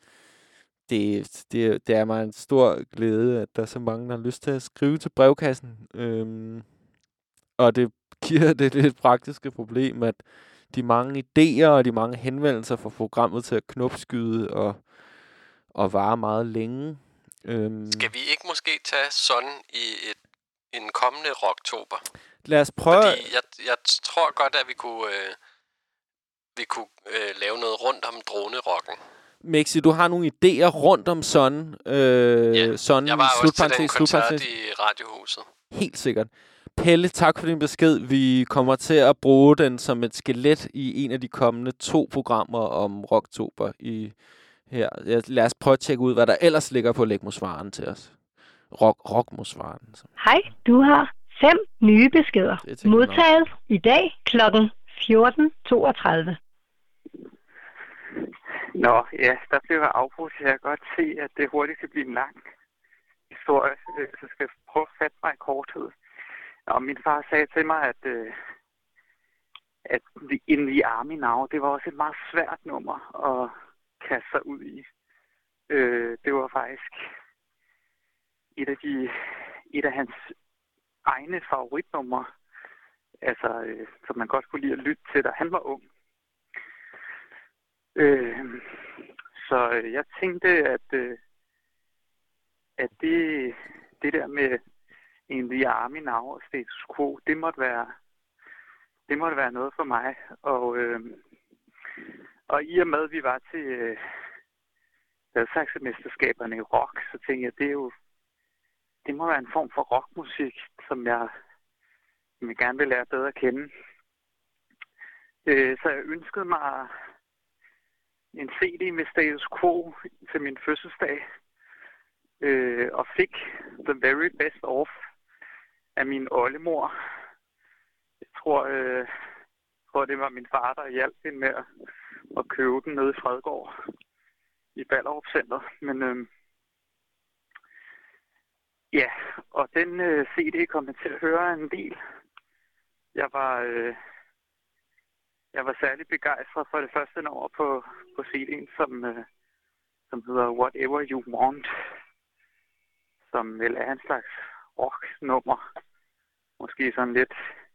Det er mig en stor glæde, at der er så mange, der har lyst til at skrive til brevkassen. Og det giver det lidt praktiske problem, at de mange idéer og de mange henvendelser får programmet til at knopskyde og vare meget længe. Skal vi ikke måske tage sådan i en kommende rocktober? Lad os prøve... Fordi jeg tror godt, at vi kunne lave noget rundt om dronerocken. Mixi, du har nogle idéer rundt om sådan. Sådan jeg var også til den koncert i Radiohuset. Helt sikkert. Pelle, tak for din besked. Vi kommer til at bruge den som et skelet i en af de kommende 2 programmer om rocktober her. Lad os prøve at tjekke ud, hvad der ellers ligger på Lægmosvaren til os. Rockmosvaren. Hej, du har 5 nye beskeder. Modtaget i dag kl. 14.32. Nå, ja, der blev jeg afbrudt. Jeg kan godt se, at det hurtigt kan blive en lang historie, så skal jeg prøve at fatte mig i korthed. Og min far sagde til mig, at In the Army Now, det var også et meget svært nummer at kaste sig ud i. Det var faktisk et af hans egne favoritnumre, altså, som man godt kunne lide at lytte til, da han var ung. Så jeg tænkte, at det der med In the Army Now og Status Quo, det måtte være noget for mig. Og i og med, at vi var til Gladsaxe-mesterskaberne i rock, så tænkte jeg, det må være en form for rockmusik, som jeg gerne vil lære bedre at kende. Så jeg ønskede mig en CD med Status Quo til min fødselsdag, og fik The Very Best Of af min oldemor. Jeg tror, det var min far, der hjalp hende med at købe den nede i Fredgård i Ballerup Center. Men ja, og den CD kom jeg til at høre en del. Jeg var særlig begejstret for det første nummer på CD'en, som hedder Whatever You Want, som vel er en slags rock-nummer. Måske sådan lidt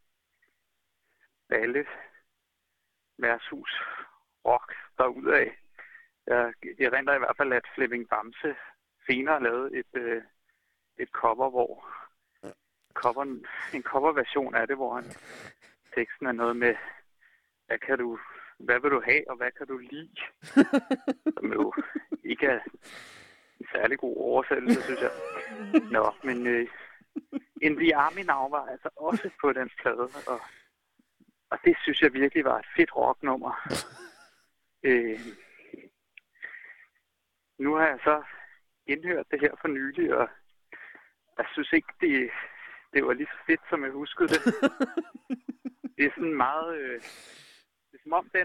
balle versus rock derudad. Jeg erindrer i hvert fald, at Flemming Bamse senere lavede et cover, hvor en coverversion af det, hvor teksten er noget med, hvad vil du have, og hvad kan du lide? Som jo ikke er en særlig god oversættelse, synes jeg. Nå, men In the Army Now var altså også på den plade, og det synes jeg virkelig var et fedt rocknummer. Nu har jeg så indhørt det her for nylig, og jeg synes ikke, det var lige så fedt, som jeg huskede det. Det er sådan meget... det er som om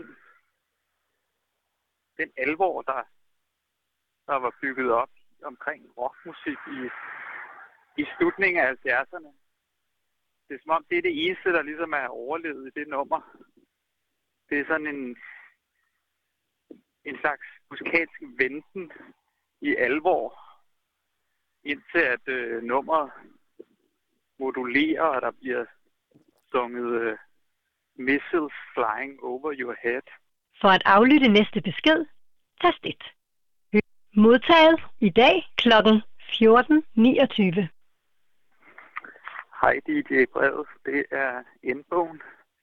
den alvor, der var bygget op omkring rockmusik i slutningen af 70'erne. Det er som om, det er det eneste, der ligesom er overlevet i det nummer. det er sådan en slags musikalsk venten i alvor, indtil at nummeret modulerer, og der bliver sunget Missiles Flying Over Your Head. For at aflytte næste besked, tast 1. Modtaget i dag kl. 14.29. Hej DJ Brevet, det er Endbogen.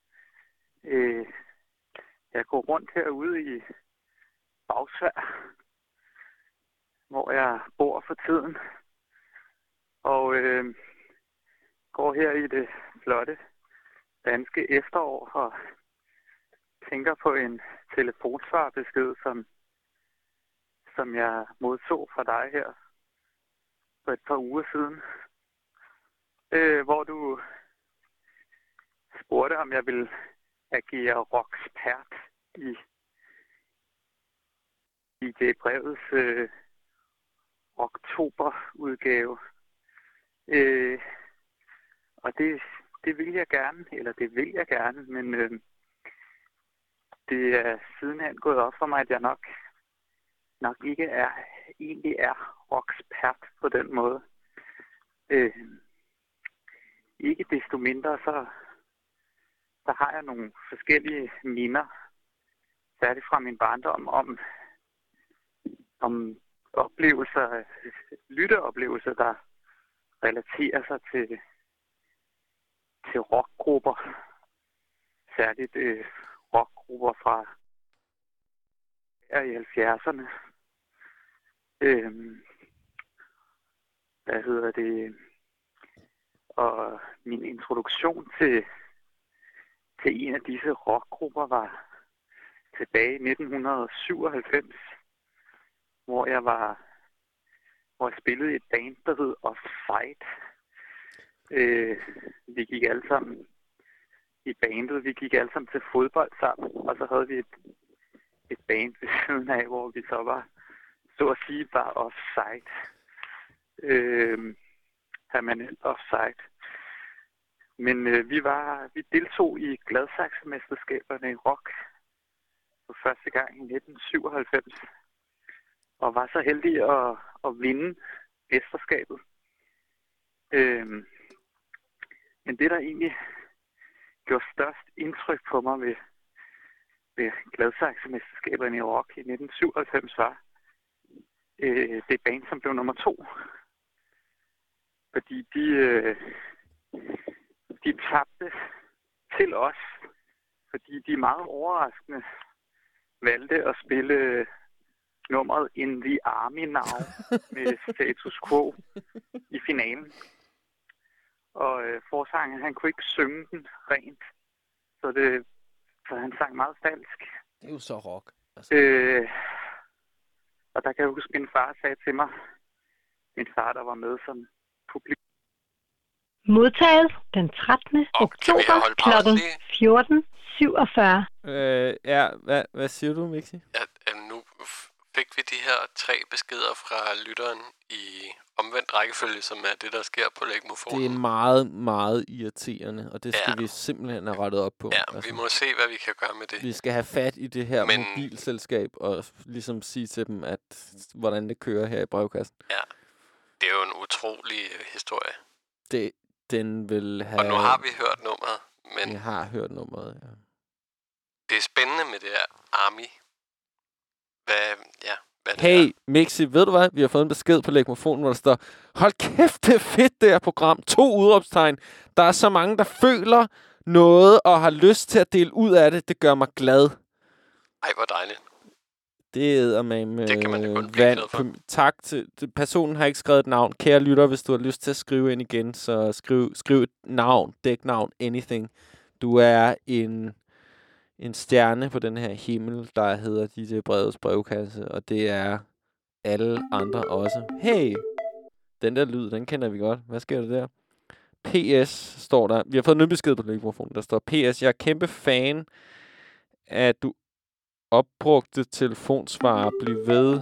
Jeg går rundt herude i Bagsvær, hvor jeg bor for tiden. Og går her i det flotte danske efterår og tænker på en telefonsvarbesked, som jeg modtog fra dig her for et par uger siden. Hvor du spurgte, om jeg ville agere rockspert i DJ Brevets oktoberudgave. Og det vil jeg gerne, men det er sidenhen gået op for mig, at jeg nok ikke egentlig er rockspert på den måde. Ikke desto mindre, så har jeg nogle forskellige minder, særligt fra min barndom, om oplevelser, lytteoplevelser, der relaterer sig til rockgrupper. Særligt rockgrupper fra i 70'erne. Og min introduktion til en af disse rockgrupper var tilbage i 1997, hvor jeg spillede i et band, der hed Offside. Vi gik alle sammen i bandet, vi gik alle sammen til fodbold sammen, og så havde vi et band ved siden af, hvor vi så var, så at sige, bare offside. Permanent offside. Men vi deltog i Gladsaxe-mesterskaberne i rock for første gang i 1997, og var så heldig at vinde mesterskabet. Men det, der egentlig gjorde størst indtryk på mig ved Gladsaxe-mesterskaberne i rock i 1997 var det band, som blev nummer 2. Fordi de tabte til os, fordi de meget overraskende valgte at spille nummeret In the Army Now med Status Quo i finalen. Og forsangeren, han kunne ikke synge den rent, så han sang meget falsk. Det er jo så rock. Altså. Og der kan jeg huske, min far sagde til mig, min far, der var med som publikum. Modtaget den 13. oktober kl. 14.47. Ja, hvad siger du, Mixi? Ja, nu fik vi de her 3 beskeder fra lytteren i omvendt rækkefølge, som er det, der sker på Lægmofonen. Det er meget, meget irriterende, og det skal vi simpelthen have rettet op på. Ja, altså, vi må se, hvad vi kan gøre med det. Vi skal have fat i det her mobilselskab, og ligesom sige til dem, hvordan det kører her i brevkassen. Ja, det er jo en utrolig historie. Den vil have... Og nu har vi hørt nummeret, men... Vi har hørt nummeret, ja. Det er spændende med det her Army. Hvad hey, Mixi, ved du hvad? Vi har fået en besked på Lægmofonen, hvor der står: hold kæft, det er fedt, det her program. 2 udråbstegn. Der er så mange, der føler noget og har lyst til at dele ud af det. Det gør mig glad. Ej, hvor dejligt. Det er med det kan man jo kun blive glad for. Tak til personen, har ikke skrevet et navn. Kære lytter, hvis du har lyst til at skrive ind igen, så skriv et navn, dæknavn, anything. Du er en stjerne på den her himmel, der hedder DJ Brevets brevkasse, og det er alle andre også. Hey, den der lyd, den kender vi godt. Hvad sker der der? PS står der. Vi har fået en ny besked på mikrofonen. Der står: PS, jeg er kæmpe fan af du opbrugte telefonsvarer. Bliv ved.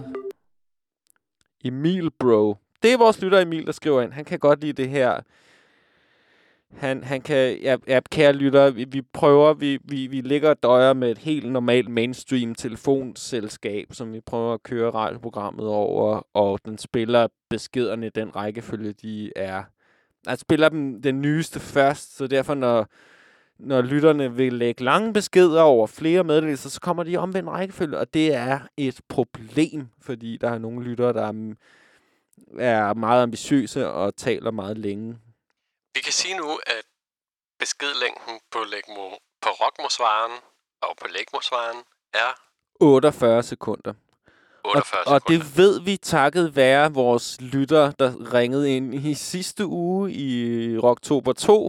Emil, bro. Det er vores lytter Emil, der skriver ind. Han kan godt lide det her Han kan, kære lytter, vi prøver, vi ligger og døjer med et helt normalt mainstream telefonselskab, som vi prøver at køre radioprogrammet over, og den spiller beskederne i den rækkefølge, de er. Jeg spiller dem den nyeste først, så derfor når lytterne vil lægge lange beskeder over flere meddelelser, så kommer de i omvendt rækkefølge, og det er et problem, fordi der er nogle lyttere, der er meget ambitiøse og taler meget længe. Vi kan sige nu, at beskedlængden på Rockmosvaren og på Lægmosvaren er 48 sekunder. 48 og det ved vi takket være vores lytter, der ringede ind i sidste uge i Rocktober 2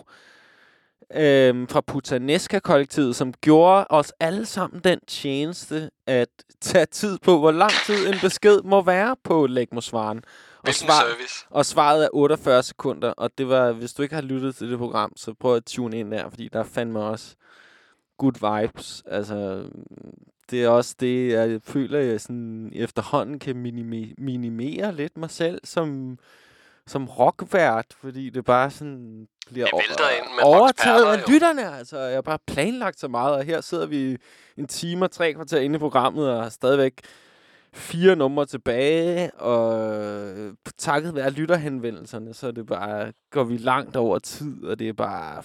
fra Putanesca-kollektivet, som gjorde os alle sammen den tjeneste at tage tid på, hvor lang tid en besked må være på Lægmosvaren. Og svaret er 48 sekunder, og det var, hvis du ikke har lyttet til det program, så prøv at tune ind der, fordi der er fandme også good vibes. Altså, det er også det, jeg føler, jeg sådan efterhånden kan minimere lidt mig selv som rockvært, fordi det bare sådan bliver overtaget af lytterne. Altså, jeg har bare planlagt så meget, og her sidder vi en time og 3 kvarter inde i programmet, og har stadigvæk 4 numre tilbage, og takket være lytterhenvendelserne, så er det bare, går vi langt over tid, og det er bare...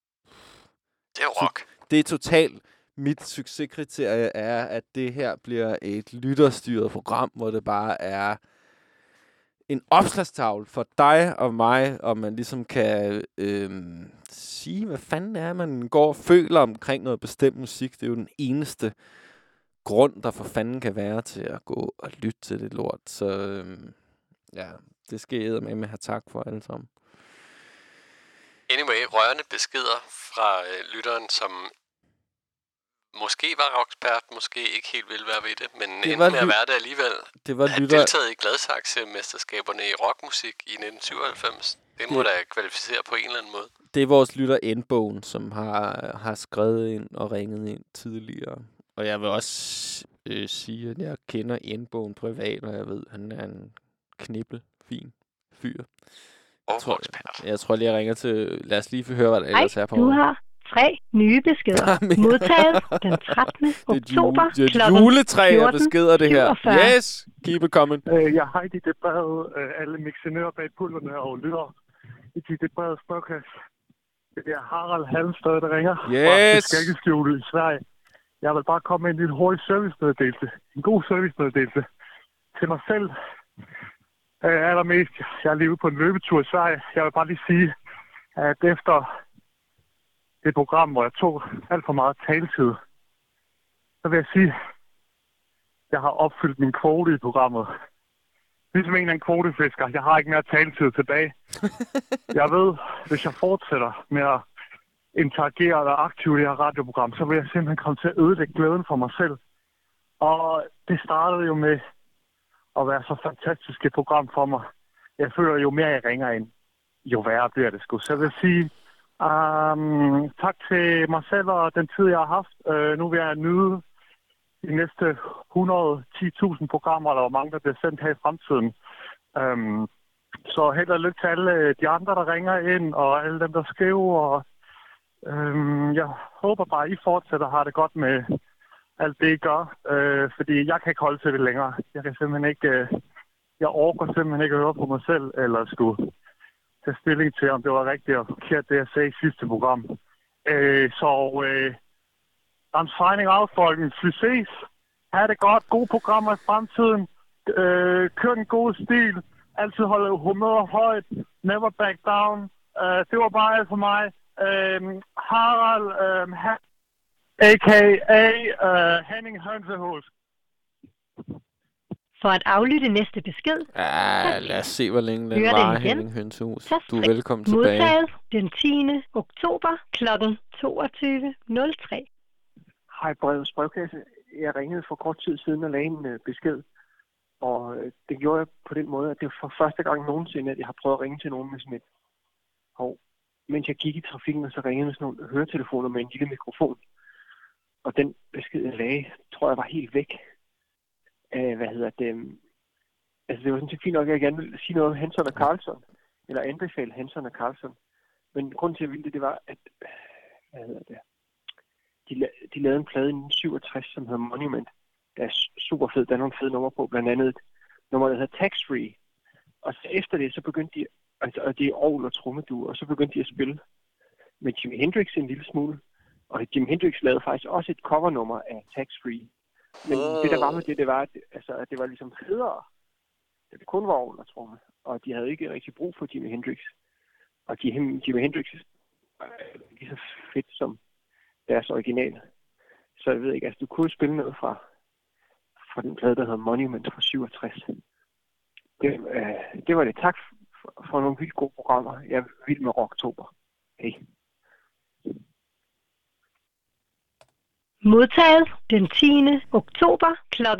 Det er rock. Det er totalt mit succeskriterie er, at det her bliver et lytterstyret program, hvor det bare er en opslagstavle for dig og mig, og man ligesom kan sige, hvad fanden det er, man går og føler omkring noget bestemt musik. Det er jo den eneste grund, der for fanden kan være til at gå og lytte til det lort. Så ja, det skal jeg med have tak for alle sammen. Anyway, rørende beskeder fra lytteren, som måske var rockspert, måske ikke helt ville være ved det, men endte med at være det alligevel. Det var deltaget i Gladsaxe-mesterskaberne i rockmusik i 1997. Det må da kvalificere på en eller anden måde. Det er vores lytter Endbogen, som har skrevet ind og ringet ind tidligere. Og jeg vil også sige, at jeg kender Endbogen privat, og jeg ved, at han er en fin fyr. Jeg tror lige, jeg ringer til... Lad os lige høre, hvad der ellers er på. Du har 3 nye beskeder. Modtaget den 13. oktober Det er et juletræ af beskeder, det her. Yes! Keep it coming. Jeg har i det brede alle mixenører bag pulverne og lytter i det brede spørgkasse. Det er Harald Halmstad, der ringer. Yes! Fra Skæggeskjule i Sverige. Jeg vil bare komme med en lille hurtig servicemeddelelse. En god servicemeddelelse til mig selv. Allermest, jeg er lige ude på en løbetur i Sverige. Jeg vil bare lige sige, at efter det program, hvor jeg tog alt for meget taletid, så vil jeg sige, at jeg har opfyldt min kvote i programmet. Ligesom en eller anden kvotefisker. Jeg har ikke mere taletid tilbage. Jeg ved, hvis jeg fortsætter med at interagere og aktivt i det her radioprogram, så vil jeg simpelthen komme til at ødelægge glæden for mig selv. Og det startede jo med at være så fantastisk et program for mig. Jeg føler, jo mere jeg ringer ind, jo værre bliver det sgu. Så jeg vil sige tak til mig selv og den tid, jeg har haft. Nu vil jeg nyde de næste 110.000 programmer, eller hvor mange, der bliver sendt her i fremtiden. Så held og lykke til alle de andre, der ringer ind, og alle dem, der skriver. Og, jeg håber bare, at I fortsætter har det godt med alt det, I gør. Fordi jeg kan ikke holde til det længere. Jeg kan simpelthen ikke... jeg orker simpelthen ikke at høre på mig selv, eller skulle tage stilling til, om det var rigtigt og forkert, det jeg sagde i sidste program. I'm signing out, folkens. Vi ses. Ha' det godt. Gode programmer i fremtiden. Kør den gode stil. Altid holde humøret højt. Never back down. Det var bare alt for mig. Harald, a.k.a. Henning Hønsehus. For at aflytte næste besked... lad os se, hvor længe den var, Henning Hønsehus. Du er velkommen tilbage. Modtaget den 10. oktober kl. 22.03. Hej, Brevets brevkasse. Jeg ringede for kort tid siden og lagde en besked. Og det gjorde jeg på den måde, at det var for første gang nogensinde, at jeg har prøvet at ringe til nogen med sådan et... Og mens jeg gik i trafikken, og så ringede med sådan nogle høretelefoner med en lille mikrofon. Og den besked, jeg lagde, tror jeg var helt væk. Altså, det var sådan set fint nok, at jeg gerne ville sige noget om Henson og Carlson. Eller anbefale Henson og Carlson. Men grunden til, at jeg ville det var, at de lavede en plade i 1967, som hedder Monument. Der er super fed. Der er nogle fede numre på, blandt andet et nummer, der hedder Tax Free. Og så efter det, så begyndte de, og det er orgel og trommeduer, og så begyndte de at spille med Jimi Hendrix en lille smule. Og Jimi Hendrix lavede faktisk også et covernummer af Tax Free. Men det der var med det var, at det var ligesom federe. Det kun var orgel og tromme. Og de havde ikke rigtig brug for Jimi Hendrix. Og Jimi Hendrix er lige så fedt som deres original. Så jeg ved ikke, altså du kunne spille noget fra den plade, der hedder Monument fra 67. Det var det. Tak for nogle vildt gode programmer. Jeg er vild med Rocktober. Hej. Modtaget den 10. oktober kl. 21.57.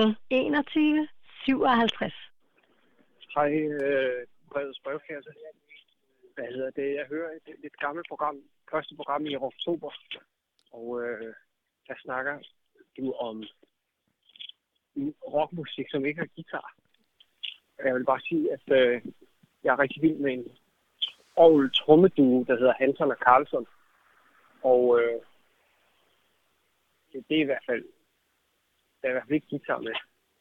Hej, brevets brevkasse. Hvad hedder det? Jeg hører et gammelt program, første program i Rocktober. Og der snakker du om rockmusik, som ikke har guitar. Jeg vil bare sige, at jeg er rigtig vild med en orgel trommeduo, der hedder Hanson og Carlson. Og det er i hvert fald, der er i hvert fald ikke guitar med.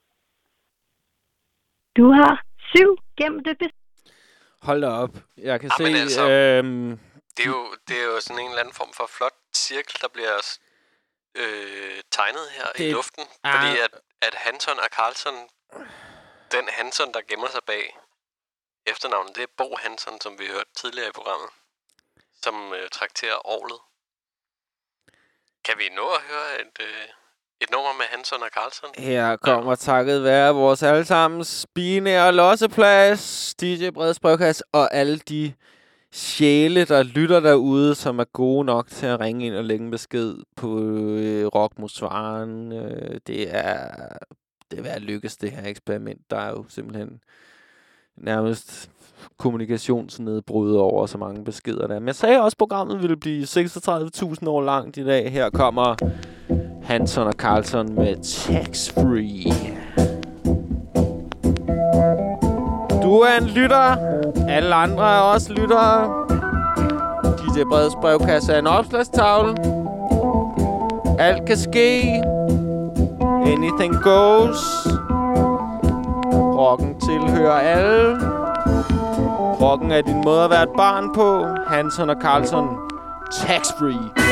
Du har 7 gemte Hold da op. Jeg kan se... Altså, det er jo sådan en eller anden form for flot cirkel, der bliver tegnet her i luften. Fordi at Hanson og Carlson, den Hanson, der gemmer sig bag efternavnet, det er Bo Hanson, som vi hørte tidligere i programmet, som trakterer orglet. Kan vi nå at høre et nummer med Hanson og Carlson? Her kommer takket være vores allesammens binære losseplads, DJ Breds brevkasse og alle de sjæle, der lytter derude, som er gode nok til at ringe ind og lægge en besked på Rockmusvaren. Det er ved at lykkes, det her eksperiment. Der er jo simpelthen nærmest kommunikationsnedbrud over så mange beskeder der. Men jeg sagde også, at programmet ville blive 36.000 år langt i dag. Her kommer Hanson og Carlson med Tax Free. Du er en lytter. Alle andre er også lyttere. DJ Breds brevkasse er en opslagstavle. Alt kan ske. Anything goes. Rocken tilhører alle. Rocken er din måde at være et barn på. Hanson og Carlson. Tax Free.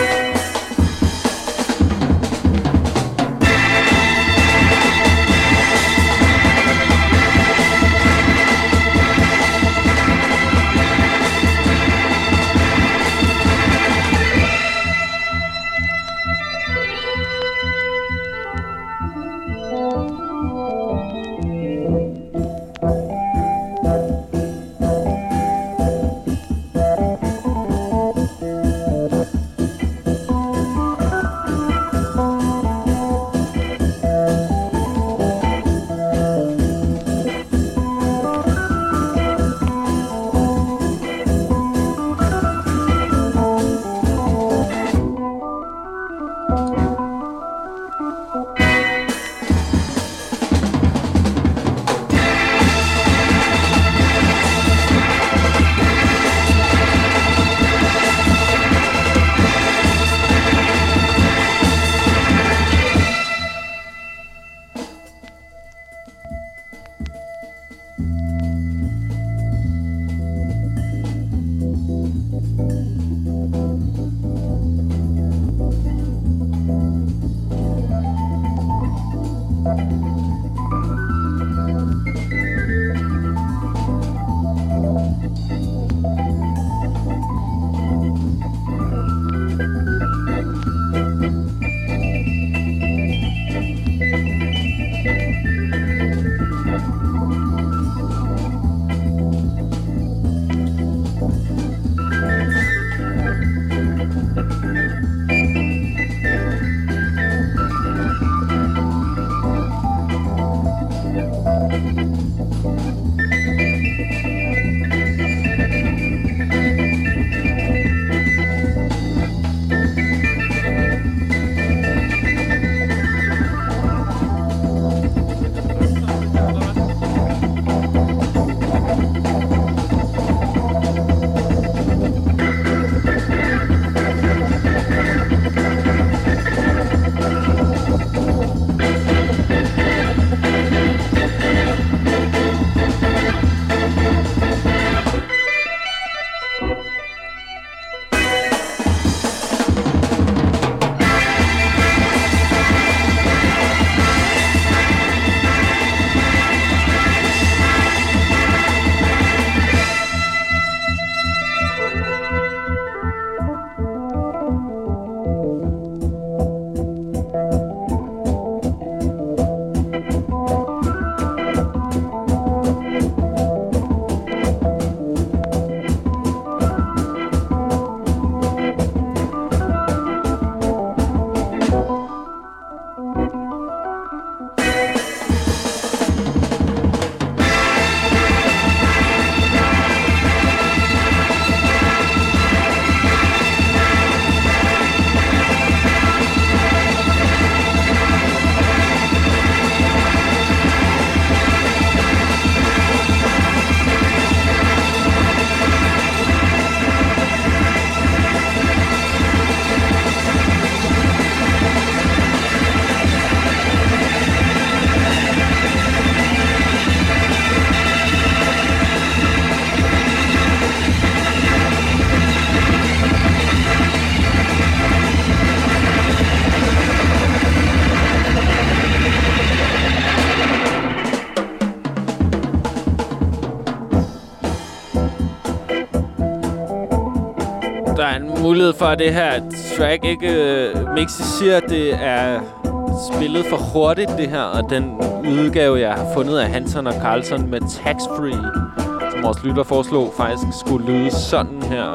mulighed for, at det her track ikke... Mixi siger, at det er spillet for hurtigt, det her. Og den udgave, jeg har fundet af Hanson og Carlson med Tax Free, som vores lytter foreslog, faktisk skulle lyde sådan her.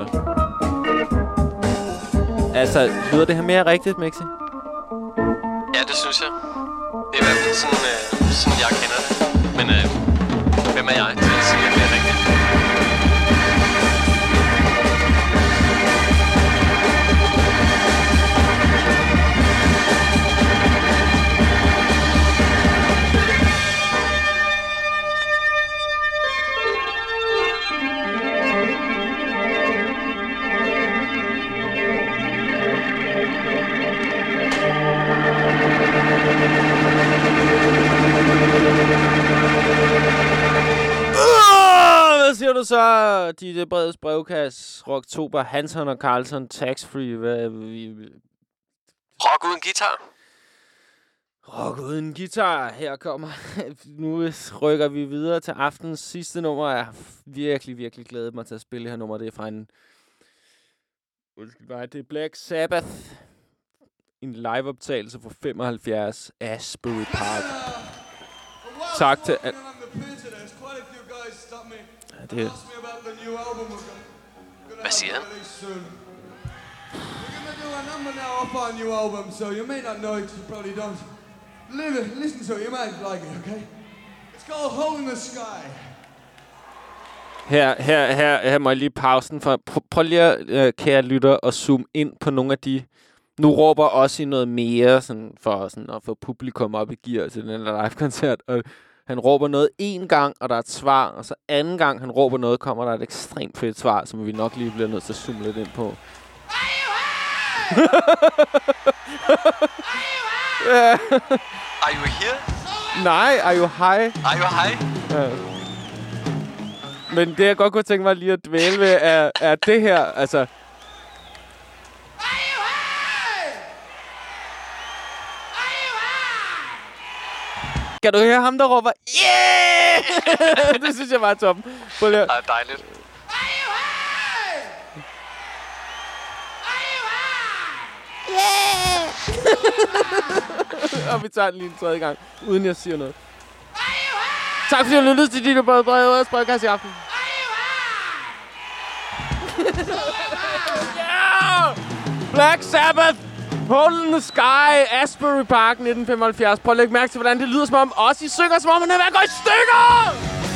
Altså, lyder det her mere rigtigt, Mixi? Ja, det synes jeg. Det er i hvert fald sådan jeg kender det. Men hvem er jeg til at sige, at det er rigtigt? Hvad siger du så, DJ Breds brevkasse, Rocktober, Hanson og Carlson, Tax Free? Rock uden guitar. Rock uden guitar. Her kommer. Nu rykker vi videre til aftens sidste nummer. Jeg har virkelig glædet mig til at spille det her nummer. Det er fra en... Det er Black Sabbath. En liveoptagelse fra 75 Asbury Park. Tak til... Det. Hvad siger han? Her må jeg lige pausen for. Prøv lige, kære lytter, at zoome ind på nogle af de... Nu råber også i noget mere sådan, for sådan, at få publikum op i gear til den der live-koncert. Og han råber noget en gang, og der er et svar. Og så anden gang, han råber noget, kommer der et ekstremt fedt svar, som vi nok lige bliver nødt til at zoome lidt ind på. Are you here? Nej, are you high? Are you high? Ja. Men det, jeg godt kunne tænke mig lige at dvæle ved, er det her, altså... Kan du høre ham, der råber, yeah! Det synes jeg var toppen. Prøv lige. Det er dejligt. Yeah! Og vi tager den lige en tredje gang, uden jeg siger noget. Tak fordi du lyttede til dit brevkasse podcast i aften. Yeah! Black Sabbath! Hole in the Sky, Asbury Park, 1975. Prøv at lægge mærke til, hvordan det lyder som om også I synger, som om man er ved at gå i stykker!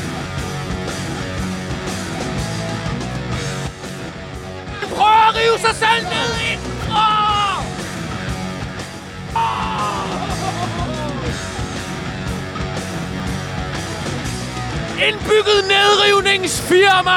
Prøv at rive sig selv ned indenfra! Indbygget nedrivningsfirma!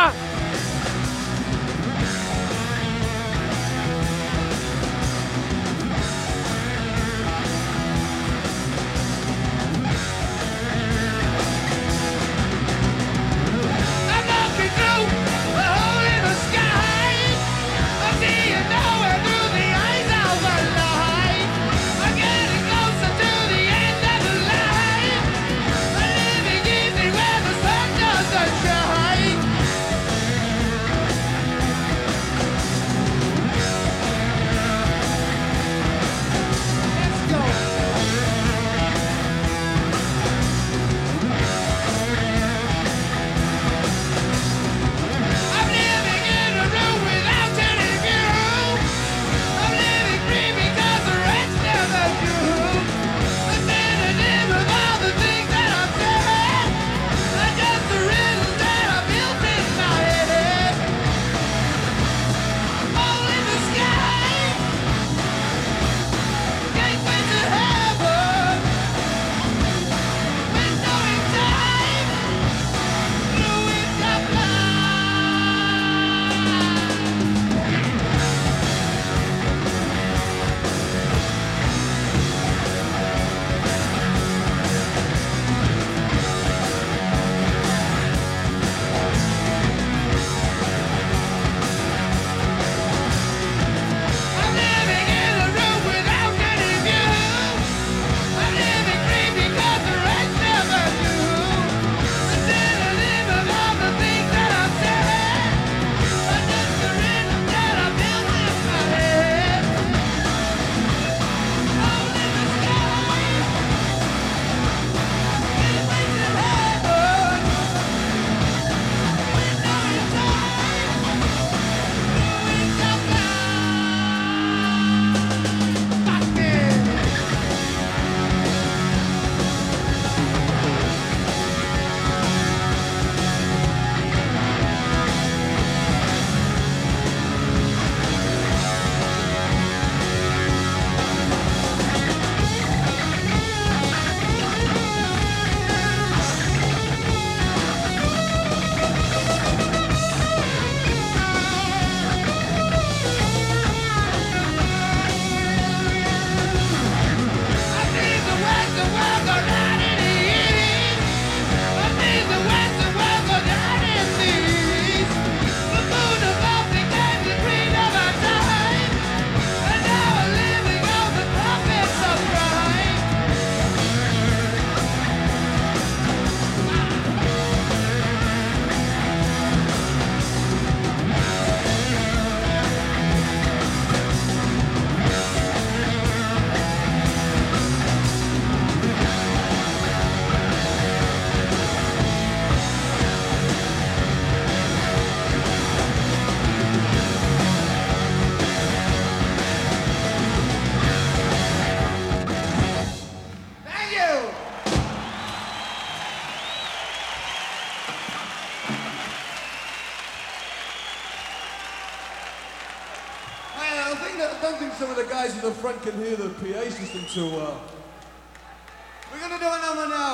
guys at the front can hear the PA system too well. We're gonna do a number now.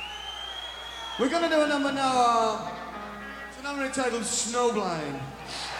It's a number entitled Snowblind.